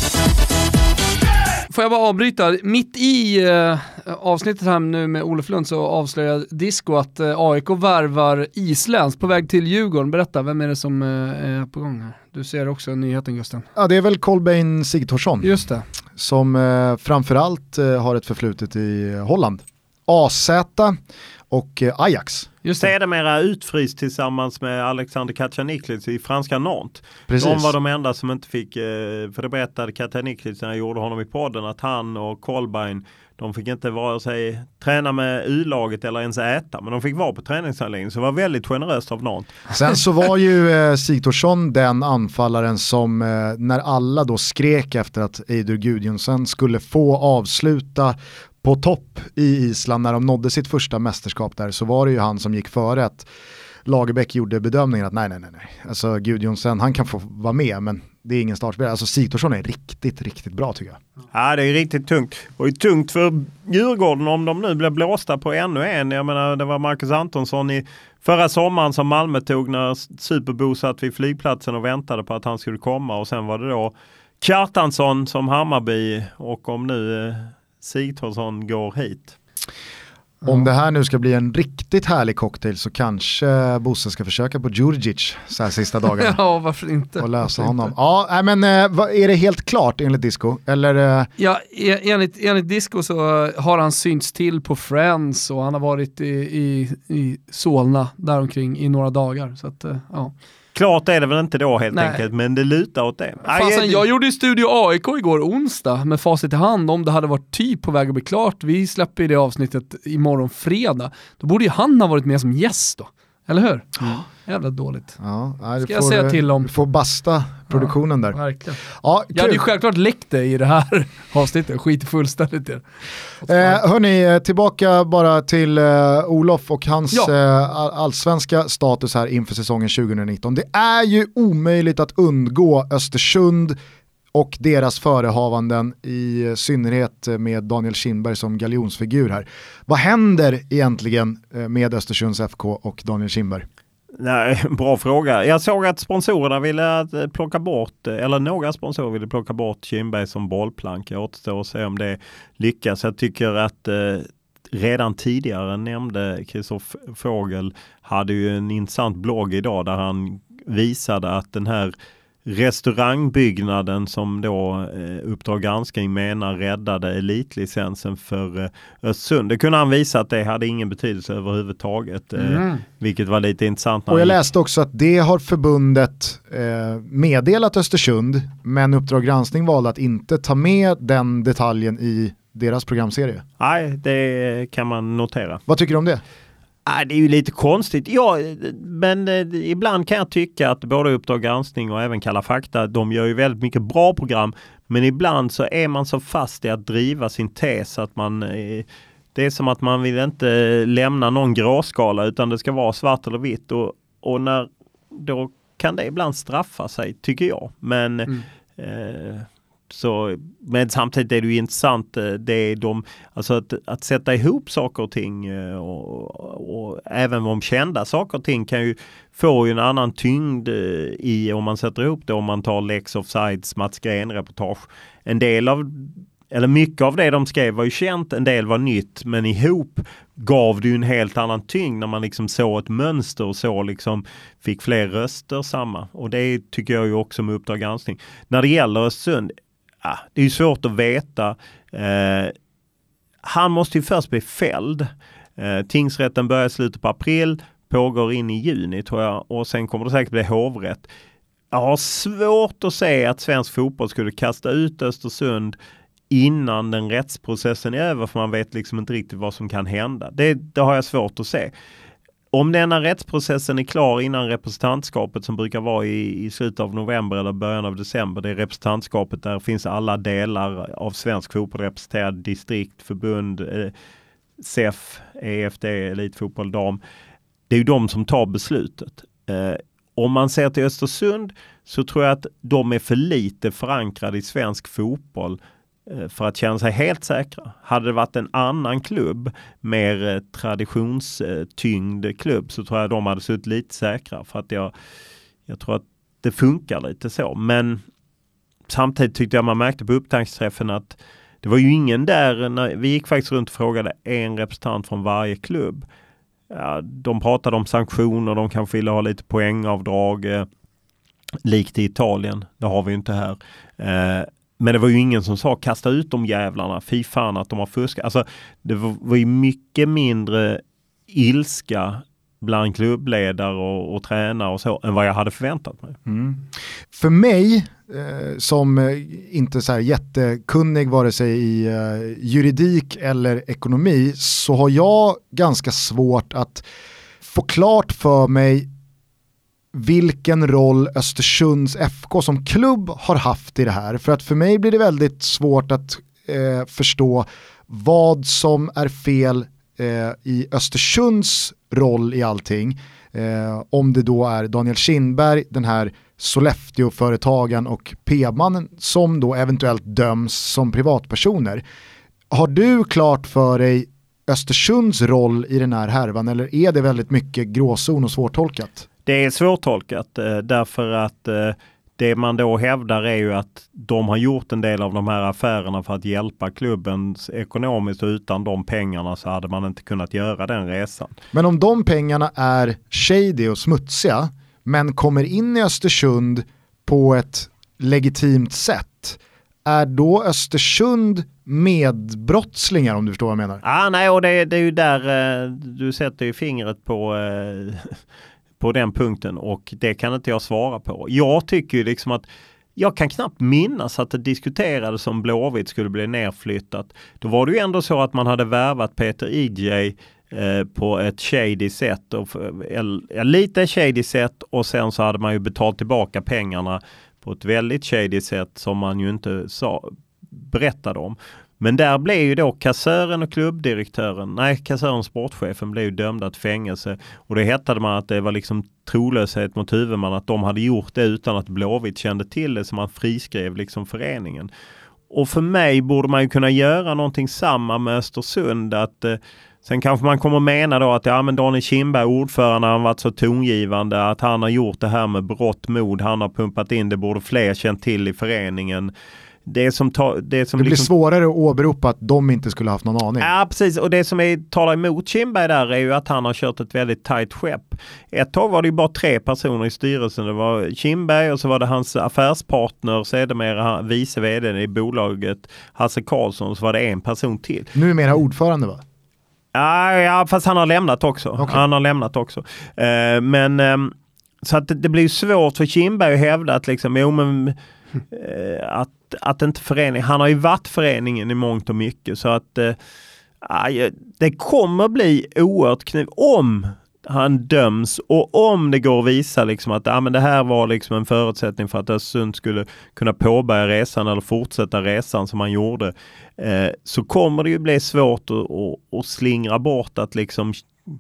Får jag bara avbryta? Mitt i avsnittet här nu med Olof Lund så avslöjar Disco att AIK värvar isländskt på väg till Djurgården. Berätta, vem är det som är på gång här? Du ser också nyheten, Gusten. Ja, det är väl Kolbeinn Sigthorsson. Just det. Som framförallt har ett förflutet i Holland. AZ och Ajax. Just det. Sedermera utfryst tillsammans med Alexander Kacaniklic i franska Nantes. Precis. De var de enda som inte fick, för det berättade Kacaniklic när jag gjorde honom i podden, att han och Kolbeinn, de fick inte vare sig träna med U-laget eller ens äta, men de fick vara på träningsanläggningen, så det var väldigt generöst av Nantes. Sen så var ju Sigthorsson den anfallaren som när alla då skrek efter att Eidur Gudjohnsen skulle få avsluta på topp i Island när de nådde sitt första mästerskap där, så var det ju han som gick före att Lagerbäck gjorde bedömningen att nej. Alltså Gudjohnsen, han kan få vara med, men det är ingen startspelare. Alltså Sigthorsson är riktigt bra tycker jag. Ja, det är riktigt tungt. Och det är tungt för Djurgården om de nu blir blåsta på ännu en. Jag menar, det var Marcus Antonsson i förra sommaren som Malmö tog när Superbo satt vid flygplatsen och väntade på att han skulle komma. Och sen var det då Kjartansson som Hammarby, och om nu Sigthorsson går hit. Om det här nu ska bli en riktigt härlig cocktail så kanske Bosse ska försöka på Djurdjic så här sista dagarna. Ja, varför inte? Och lösa honom. Ja, men är det helt klart enligt Disco? Eller? Ja, enligt Disco så har han synts till på Friends och han har varit i Solna däromkring i några dagar. Så att, ja. Klart är det väl inte då helt enkelt, men det lutar åt det. Jag gjorde ju Studio AIK igår onsdag med facit i hand om det hade varit typ på väg att bli klart. Vi släpper ju det avsnittet imorgon fredag. Då borde ju han ha varit med som gäst då. Eller hur? Jävla dåligt. Ja, ska jag säga till om. Du får basta produktionen där. Verkligen. Ja, jag hade ju självklart läckt det i det här avsnittet. Skit fullständigt i det. Hörni, tillbaka bara till Olof och hans allsvenska status här inför säsongen 2019. Det är ju omöjligt att undgå Östersund och deras förehavanden, i synnerhet med Daniel Kindberg som galjonsfigur här. Vad händer egentligen med Östersunds FK och Daniel Kindberg? Nej, bra fråga. Jag såg att sponsorerna ville plocka bort, eller några sponsorer ville plocka bort Kindberg som bollplank. Jag återstår att se om det lyckas. Jag tycker att redan tidigare nämnde Christoph Fågel hade ju en intressant blogg idag där han visade att den här restaurangbyggnaden som då Uppdrag granskning menar räddade elitlicensen för Östersund. Det kunde han visa att det hade ingen betydelse överhuvudtaget, vilket var lite intressant. Och jag läste också att det har förbundet meddelat Östersund, men Uppdrag granskning valde att inte ta med den detaljen i deras programserie. Nej, det kan man notera. Vad tycker du om det? Det är ju lite konstigt. Ja, men ibland kan jag tycka att både Uppdrag granskning och även Kalla fakta, de gör ju väldigt mycket bra program, men ibland så är man så fast i att driva sin tes att man, det är som att man vill inte lämna någon gråskala utan det ska vara svart eller vitt, och när, då kan det ibland straffa sig, tycker jag. Men men samtidigt är det ju intressant, det är alltså att sätta ihop saker och ting, och även om kända saker och ting kan ju få en annan tyngd i om man sätter ihop det, om man tar Lex Offsides Mats Green-reportage. Mycket av det de skrev var ju känt, en del var nytt, men ihop gav det ju en helt annan tyngd när man liksom såg ett mönster och så liksom fick fler röster samma. Och det tycker jag ju också med Uppdrag granskning. När det gäller Östersund, det är ju svårt att veta. Han måste ju först bli fälld. Tingsrätten börjar i slutet på april, pågår in i juni tror jag, och sen kommer det säkert bli hovrätt. Jag har svårt att se att svensk fotboll skulle kasta ut Östersund innan den rättsprocessen är över, för man vet liksom inte riktigt vad som kan hända. Det har jag svårt att se. Om denna rättsprocessen är klar innan representantskapet, som brukar vara i slutet av november eller början av december, det är representantskapet där finns alla delar av svensk fotboll representerad, distrikt, förbund, SEF, EFD, elitfotboll, dam. Det är ju de som tar beslutet. Om man ser till Östersund så tror jag att de är för lite förankrade i svensk fotboll för att känna sig helt säkra. Hade det varit en annan klubb, mer traditionstyngd klubb, så tror jag de hade suttit lite säkra. För att jag tror att det funkar lite så. Men samtidigt tyckte jag man märkte på upptaktsträffen att det var ju ingen där. Vi gick faktiskt runt och frågade en representant från varje klubb. Ja, de pratade om sanktioner, de kanske ville ha lite poängavdrag likt i Italien. Det har vi ju inte här. Men det var ju ingen som sa kasta ut de jävlarna, fy fan att de har fuskat. Alltså, det var ju mycket mindre ilska bland klubbledare och tränare och så än vad jag hade förväntat mig. För mig som inte så här jättekunnig vare sig i juridik eller ekonomi, så har jag ganska svårt att få klart för mig vilken roll Östersunds FK som klubb har haft i det här. För att för mig blir det väldigt svårt att förstå vad som är fel i Östersunds roll i allting. Om det då är Daniel Kindberg, den här Sollefteå-företagen och P-mannen som då eventuellt döms som privatpersoner. Har du klart för dig Östersunds roll i den här härvan, eller är det väldigt mycket gråzon och svårtolkat? Det är svårtolkat därför att det man då hävdar är ju att de har gjort en del av de här affärerna för att hjälpa klubben ekonomiskt, och utan de pengarna så hade man inte kunnat göra den resan. Men om de pengarna är shady och smutsiga men kommer in i Östersund på ett legitimt sätt, är då Östersund medbrottslingar, om du förstår vad jag menar? Nej, och det är ju där du sätter ju fingret på den punkten, och det kan inte jag svara på. Jag tycker ju liksom att jag kan knappt minnas att det diskuterades om Blåvitt skulle bli nerflyttat. Då var det ju ändå så att man hade värvat Peter EJ på ett shady sätt, lite shady sätt, och sen så hade man ju betalt tillbaka pengarna på ett väldigt shady sätt som man ju inte berättade om. Men där blev ju då kassören och kassören och sportchefen blev ju dömda till fängelse, och det hettade man att det var liksom trolöshet mot huvudman att de hade gjort det utan att Blåvitt kände till det, som man friskrev liksom föreningen. Och för mig borde man ju kunna göra någonting samma med Östersund, att sen kanske man kommer mena då att men Daniel Kindberg, ordförande, han varit så tongivande att han har gjort det här med brott mod, han har pumpat in det, borde fler känt till i föreningen. Det blir liksom svårare att åberopa att de inte skulle haft någon aning. Ja, precis. Och det som talar emot Kindberg där är ju att han har kört ett väldigt tajt skepp. Ett tag var det ju bara 3 personer i styrelsen. Det var Kindberg och så var det hans affärspartner, sedermera vice vd i bolaget, Hasse Karlsson, och så var det en person till. Numera ordförande, va? Ja, fast han har lämnat också. Okay. Han har lämnat också. Så att det blir svårt för Kindberg att hävda att liksom, att inte föreningen, han har ju varit föreningen i mångt och mycket, så att det kommer bli oerhört kniv om han döms, och om det går att visa liksom att men det här var liksom en förutsättning för att Östersund skulle kunna påbörja resan eller fortsätta resan som han gjorde, så kommer det ju bli svårt att slingra bort att liksom,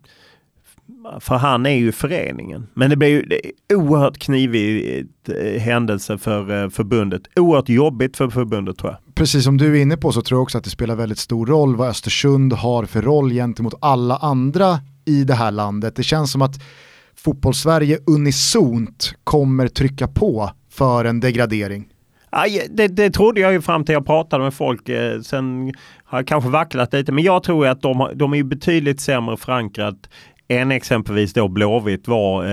för han är ju föreningen. Men det blir ju oerhört knivig händelse för förbundet. Oerhört jobbigt för förbundet, tror jag. Precis som du är inne på, så tror jag också att det spelar väldigt stor roll vad Östersund har för roll gentemot alla andra i det här landet. Det känns som att fotbollssverige unisont kommer trycka på för en degradering. Ja, det trodde jag ju fram till jag pratade med folk. Sen har jag kanske vacklat lite. Men jag tror att de är ju betydligt sämre förankrat än exempelvis då Blåvitt var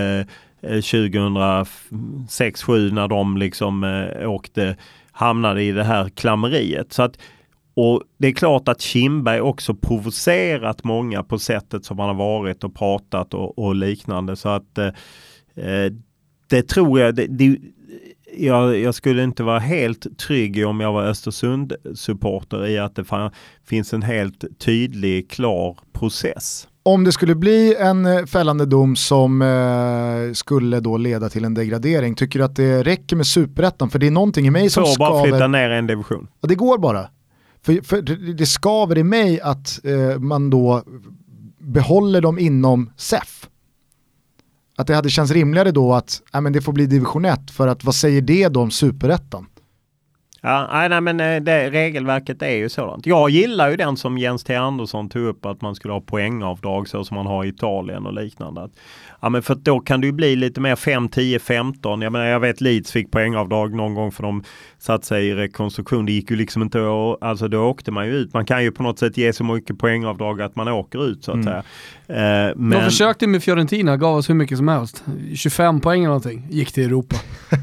2006-2007 när de liksom hamnade i det här klammeriet. Så att, och det är klart att Kindberg också provocerat många på sättet som han har varit och pratat och liknande. Så att det tror jag, jag skulle inte vara helt trygg om jag var Östersund-supporter i att det finns en helt tydlig, klar process. Om det skulle bli en fällande dom som skulle då leda till en degradering, tycker du att det räcker med superettan? För det är någonting i mig som skaver. Bara flytta ner en division. Ja, det går bara. För det skaver i mig att man då behåller dem inom SEF. Att det hade känts rimligare då att men det får bli division 1, för att vad säger det då om superettan? Ja, nej, men det regelverket är ju sådant. Jag gillar ju den som Jens T. Andersson tog upp, att man skulle ha poängavdrag så som man har i Italien och liknande. Ja, men för då kan det ju bli lite mer 5, 10, 15. Jag vet Leeds fick poängavdrag någon gång för de satt sig i rekonstruktion. Det gick ju liksom inte, alltså då åkte man ju ut. Man kan ju på något sätt ge så mycket poängavdrag att man åker ut så att säga. Men... De försökte med Fiorentina, gav oss hur mycket som helst. 25 poäng eller någonting, gick till Europa.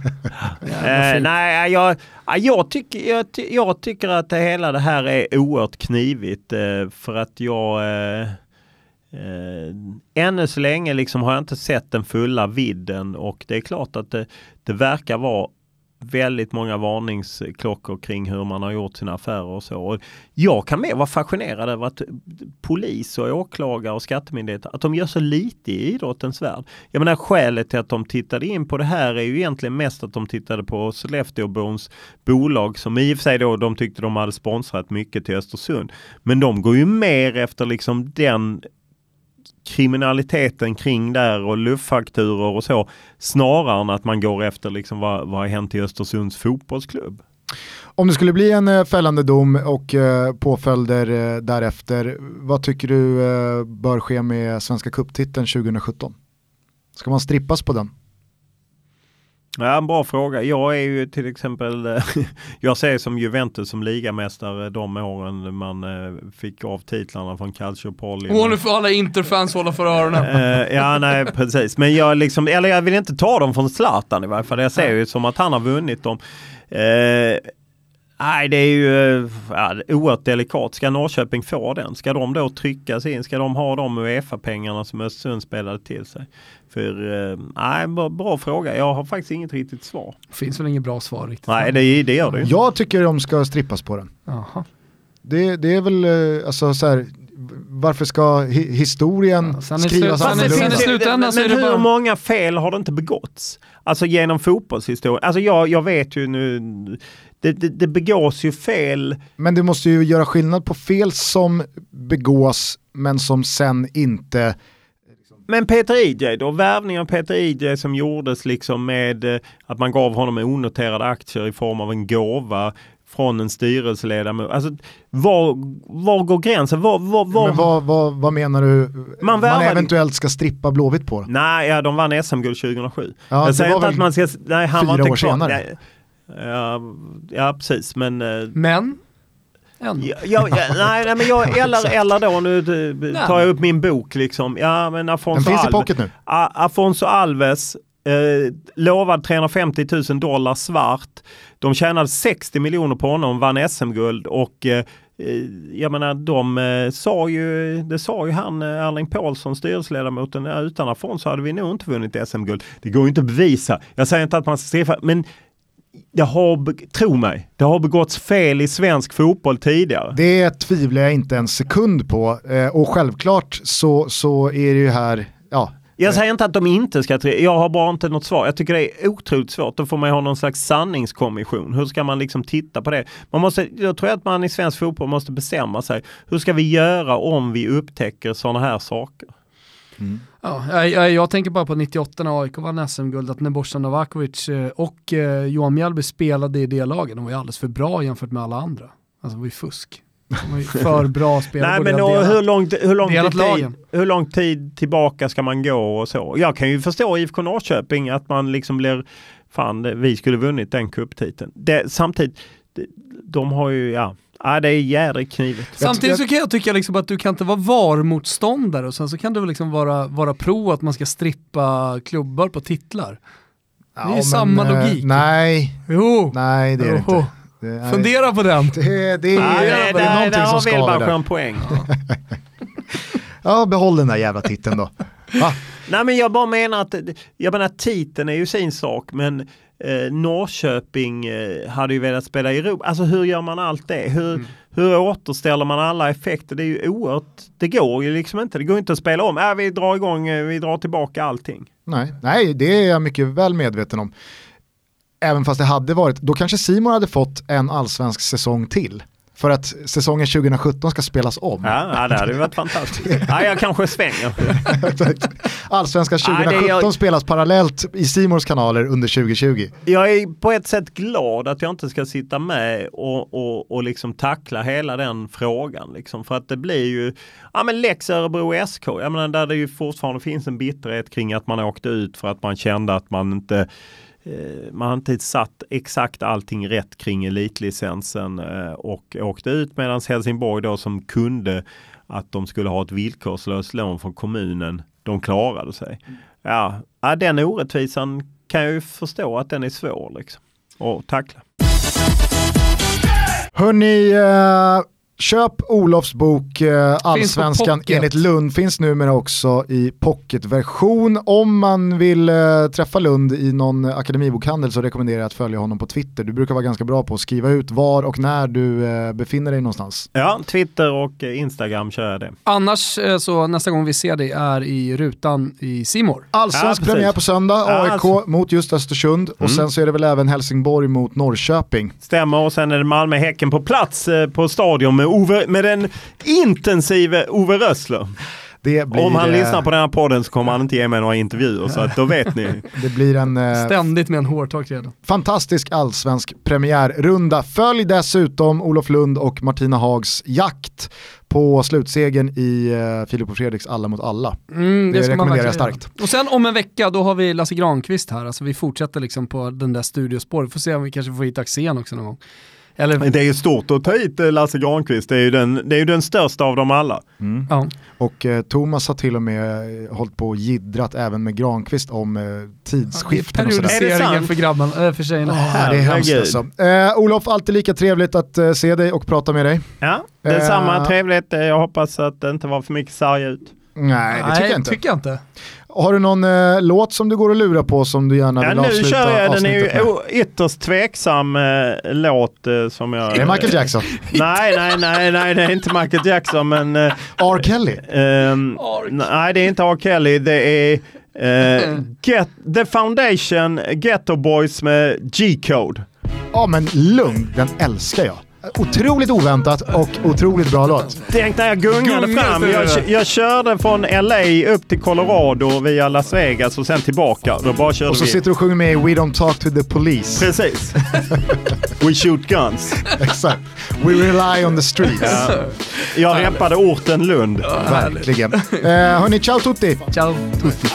Nej, jag tycker att hela det här är oerhört knivigt för att jag ännu så länge liksom har jag inte sett den fulla vidden, och det är klart att det verkar vara väldigt många varningsklockor kring hur man har gjort sina affärer och så. Och jag kan mer vara fascinerad över att polis och åklagare och skattemyndigheter, att de gör så lite i idrottens värld. Jag menar, skälet till att de tittade in på det här är ju egentligen mest att de tittade på Sollefteåbons bolag, som i och för sig då de tyckte de hade sponsrat mycket till Östersund. Men de går ju mer efter liksom den kriminaliteten kring där och luftfakturor och så, snarare än att man går efter liksom vad har hänt i Östersunds fotbollsklubb. Om det skulle bli en fällande dom och påföljder därefter, vad tycker du bör ske med Svenska Cup-titeln 2017? Ska man strippas på den? Ja, en bra fråga. Jag är ju till exempel, jag ser som Juventus som ligamästare de åren man fick av titlarna från Calciopoli. Och nu får alla Interfans hålla för öronen. Ja, nej, precis. Men jag liksom, eller jag vill inte ta dem från Zlatan i varje fall. Jag ser ju som att han har vunnit dem. Nej, det är ju oerhört delikat. Ska Norrköping få den? Ska de då tryckas in? Ska de ha de UEFA-pengarna som Östersund spelade till sig? För, bra fråga. Jag har faktiskt inget riktigt svar. Finns väl inget bra svar riktigt? Nej, det gör det. Jag tycker de ska strippas på den. Aha. Det är väl, alltså så här, varför ska historien skrivas annorlunda? Men hur många fel har det inte begåtts? Alltså genom fotbollshistorien. Alltså jag vet ju nu, det begås ju fel. Men det måste ju göra skillnad på fel som begås men som sen inte... Men Peter EJ då, värvningen av Peter EJ som gjordes liksom med att man gav honom onoterade aktier i form av en gåva från en styrelseledamot. Alltså, var går gränsen? Men vad menar du? Man eventuellt ska strippa Blåvitt på? Nej, ja, de vann SM-guld 2007. Ja, jag säger inte att man ska... Nej, han 4 var inte år senare. Ja, precis. Men... Nej, men eller då nu tar jag upp min bok liksom. Ja, men den finns i pocket nu. Afonso Alves lovad $350 000 svart. De tjänade 60 miljoner på honom, vann SM-guld, och jag menar, det sa ju han Erling Paulsson, styrelseledamoten, utan Afonso hade vi nog inte vunnit SM-guld. Det går ju inte att bevisa. Jag säger inte att man ska straffa, men tro mig, det har begåtts fel i svensk fotboll tidigare. Det tvivlar jag inte en sekund på, och självklart så är det ju här, ja. Jag säger inte att de inte ska, jag har bara inte något svar. Jag tycker det är otroligt svårt. Då får man ha någon slags sanningskommission. Hur ska man liksom titta på det? Jag tror att man i svensk fotboll måste bestämma sig. Hur ska vi göra om vi upptäcker sådana här saker? Mm. Ja, jag tänker bara på 98 när AIK vann SM-guld, att Nebojsa Novakovic och Johan Mjällby spelade i det laget. De var ju alldeles för bra jämfört med alla andra. Alltså det var ju fusk. De var ju för bra spelare. Nej, men hur lång tid tillbaka ska man gå och så? Jag kan ju förstå IFK Norrköping att man liksom blir, vi skulle vunnit den cuptiteln. Samtidigt, de har ju, det är jävligt knivigt. Samtidigt så kan jag tycka liksom att du kan inte vara VAR-motståndare, och sen så kan du liksom vara pro att man ska strippa klubbar på titlar. Det är ju samma logik. Nej, nej, det är det inte. Fundera på den. Det är någonting som skaver där. En poäng. Ja, behåll den där jävla titeln då. Va? Nej, men jag bara menar att titeln är ju sin sak, men Norrköping hade ju velat spela i Europa. Alltså hur gör man allt det? Hur återställer man alla effekter? Det är ju oerhört, det går ju liksom inte. Det går inte att spela om. Vi drar tillbaka allting. Nej, det är jag mycket väl medveten om. Även fast det hade varit, då kanske Simon hade fått en allsvensk säsong till. för att säsongen 2017 ska spelas om. Ja, det hade ju varit fantastiskt. Ja, jag kanske svänger. Allsvenskan 2017 spelas parallellt i C Mores kanaler under 2020. Jag är på ett sätt glad att jag inte ska sitta med och liksom tackla hela den frågan. Liksom. För att det blir ju, men Lex Örebro SK, jag menar, där det ju fortfarande finns en bitterhet kring att man åkte ut för att man kände att man inte satt exakt allting rätt kring elitlicensen och åkte ut, medan Helsingborg då, som kunde att de skulle ha ett villkorslöst lån från kommunen, de klarade sig. Ja, den orättvisan kan jag ju förstå att den är svår liksom att tackla. Hörrni, köp Olofs bok Allsvenskan enligt Lund, finns numera också i pocketversion. Om man vill träffa Lund i någon akademibokhandel så rekommenderar jag att följa honom på Twitter. Du brukar vara ganska bra på att skriva ut var och när du befinner dig någonstans. Ja, Twitter och Instagram kör jag det. Annars så nästa gång vi ser dig är i rutan i C More. Allsvensk premiär på söndag, AIK mot just Östersund och sen så är det väl även Helsingborg mot Norrköping. Stämmer, och sen är det Malmö-Häcken på plats på stadion med den intensive Ove Rössler. Om han lyssnar på den här podden så kommer han inte ge mig några intervjuer, så att då vet ni. Det blir en ständigt med en hårtork redan. Fantastisk allsvensk premiärrunda. Följ dessutom Olof Lund och Martina Hags jakt på slutsegen i Filip och Fredriks Alla mot alla. Det rekommenderar jag starkt. Och sen om en vecka då har vi Lasse Granqvist här. Alltså vi fortsätter liksom på den där studiospåret. Får se om vi kanske får hit Axén också någon gång. Eller... Det är ju stort att ta hit Lasse Granqvist. Det är ju den största av dem alla. Ja. Och Thomas har till och med hållit på och jiddrat även med Granqvist om tidsskiften och sådär. Periodiseringen för grabben, för tjejerna. Det är hemskt alltså. Olof, alltid lika trevligt att se dig och prata med dig. Ja, det är samma trevligt. Jag hoppas att det inte var för mycket sarg ut. Nej, det tycker jag inte. Tycker jag inte. Har du någon låt som du går och lurar på som du gärna vill avsluta? Nu kör jag, den är ju ytterst tveksam låt som jag... Är det Michael Jackson? Nej, det är inte Michael Jackson, men... R. Kelly? Nej, det är inte R. Kelly, det är The Foundation, Ghetto Boys med G-Code. Ja, men lugn, den älskar jag. Otroligt oväntat och otroligt bra låt. Tänk när jag gungade fram. Jag körde från LA upp till Colorado via Las Vegas och sen tillbaka. Då bara körde och så sitter du och sjunger med We Don't Talk to the Police. Precis. We shoot guns. Exakt. We rely on the streets. Ja. Jag repade orten Lund. Verkligen. Hörni, ciao tutti. Ciao tutti.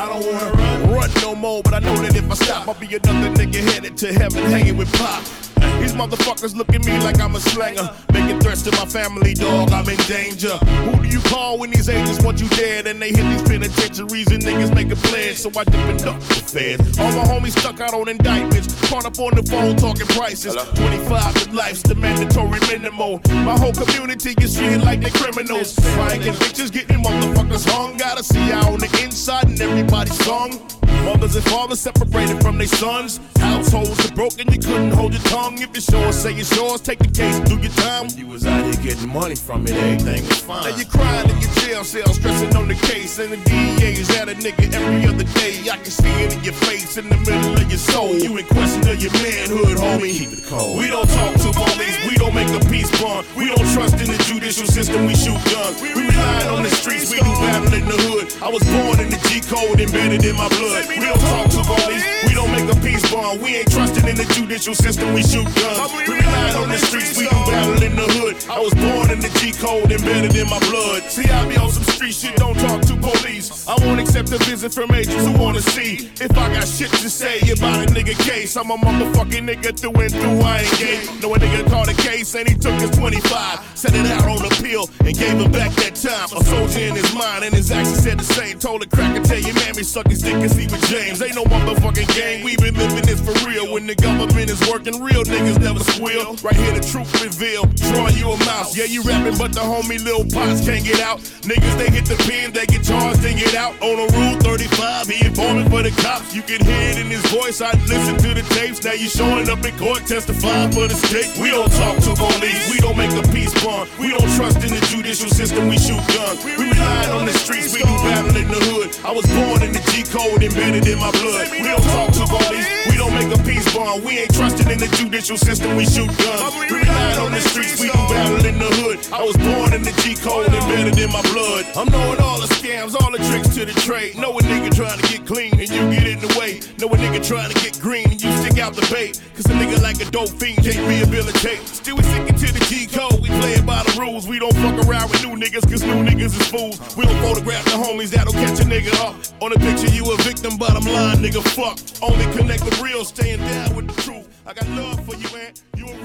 No more, but I know that if I stop, I'll be another nigga headed to heaven hanging with Pop. These motherfuckers look at me like I'm a slanger, making threats to my family, dog, I'm in danger. Who do you call when these agents want you dead? And they hit these penitentiaries and niggas make a pledge, so I dip and duck the feds. All my homies stuck out on indictments, caught up on the phone talking prices. 25 to life's the mandatory minimum. My whole community is treated like they criminals. Crying convictions, getting motherfuckers hung. Gotta see how on the inside and everybody's song. Mothers and fathers separated from their sons. Households are broken, you couldn't hold your tongue. If it's yours, say it's yours, take the case and do your time. You was out here getting money from it, everything was fine. Now you're crying in your jail cell, stressing on the case. And the DEA's at a nigga every other day. I can see it in your face, in the middle of your soul. You in question of your manhood, homie. Keep it cold. We don't talk to police, we don't make a peace bond. We don't trust in the judicial system, we shoot guns. We rely on the streets, we do battle in the hood. I was born in the G-code, embedded in my blood. We don't talk to police, we don't make a peace bond. We ain't trusting in the judicial system, we shoot guns. We rely on the streets, we do battle in the hood. I was born in the G-code, embedded in my blood. See, I be on some street shit, don't talk to police. I won't accept a visit from agents who wanna see if I got shit to say about a nigga case. I'm a motherfucking nigga through and through, I ain't gay. No, a nigga caught a case and he took his 25, set it out on appeal and gave him back that time. A soldier in his mind and his actions said the same. Told a cracker, tell your mammy suck his dick and see with James. Ain't no motherfucking game, we been living this for real. When the government is working, real niggas never squeal. Right here the truth revealed, drawing you a mouse. Yeah, you rapping, but the homie Lil Pots can't get out. Niggas, they hit the pen, they get charged, they get out. On a Rule 35, he informing for the cops. You can hear it in his voice, I listen to the tapes. Now you showing up in court, testifying for the state. We don't talk to police, we don't make a peace bond. We don't trust in the judicial system, we shoot guns. We rely on the streets, we do battle in the hood. I was born in the G-code, embedded in my blood. We don't talk to police, we don't make a peace bond. gone. We ain't trusting in the judicial system, we shoot guns. We relying on the streets, we do battle in the hood. I was born in the G-code, embedded in my blood. I'm knowing all the scams, all the tricks to the trade. Know a nigga trying to get clean and you get in the way. Know a nigga trying to get green and you stick out the bait. Cause a nigga like a dope fiend can't rehabilitate. Still we sticking to the G-code, we play it by the rules. We don't fuck around with new niggas cause new niggas is fools. We don't photograph the homies that'll catch a nigga up. On the picture you a victim, bottom line nigga fuck. Only connect the real, staying down with the truth. I got love for you, man. You a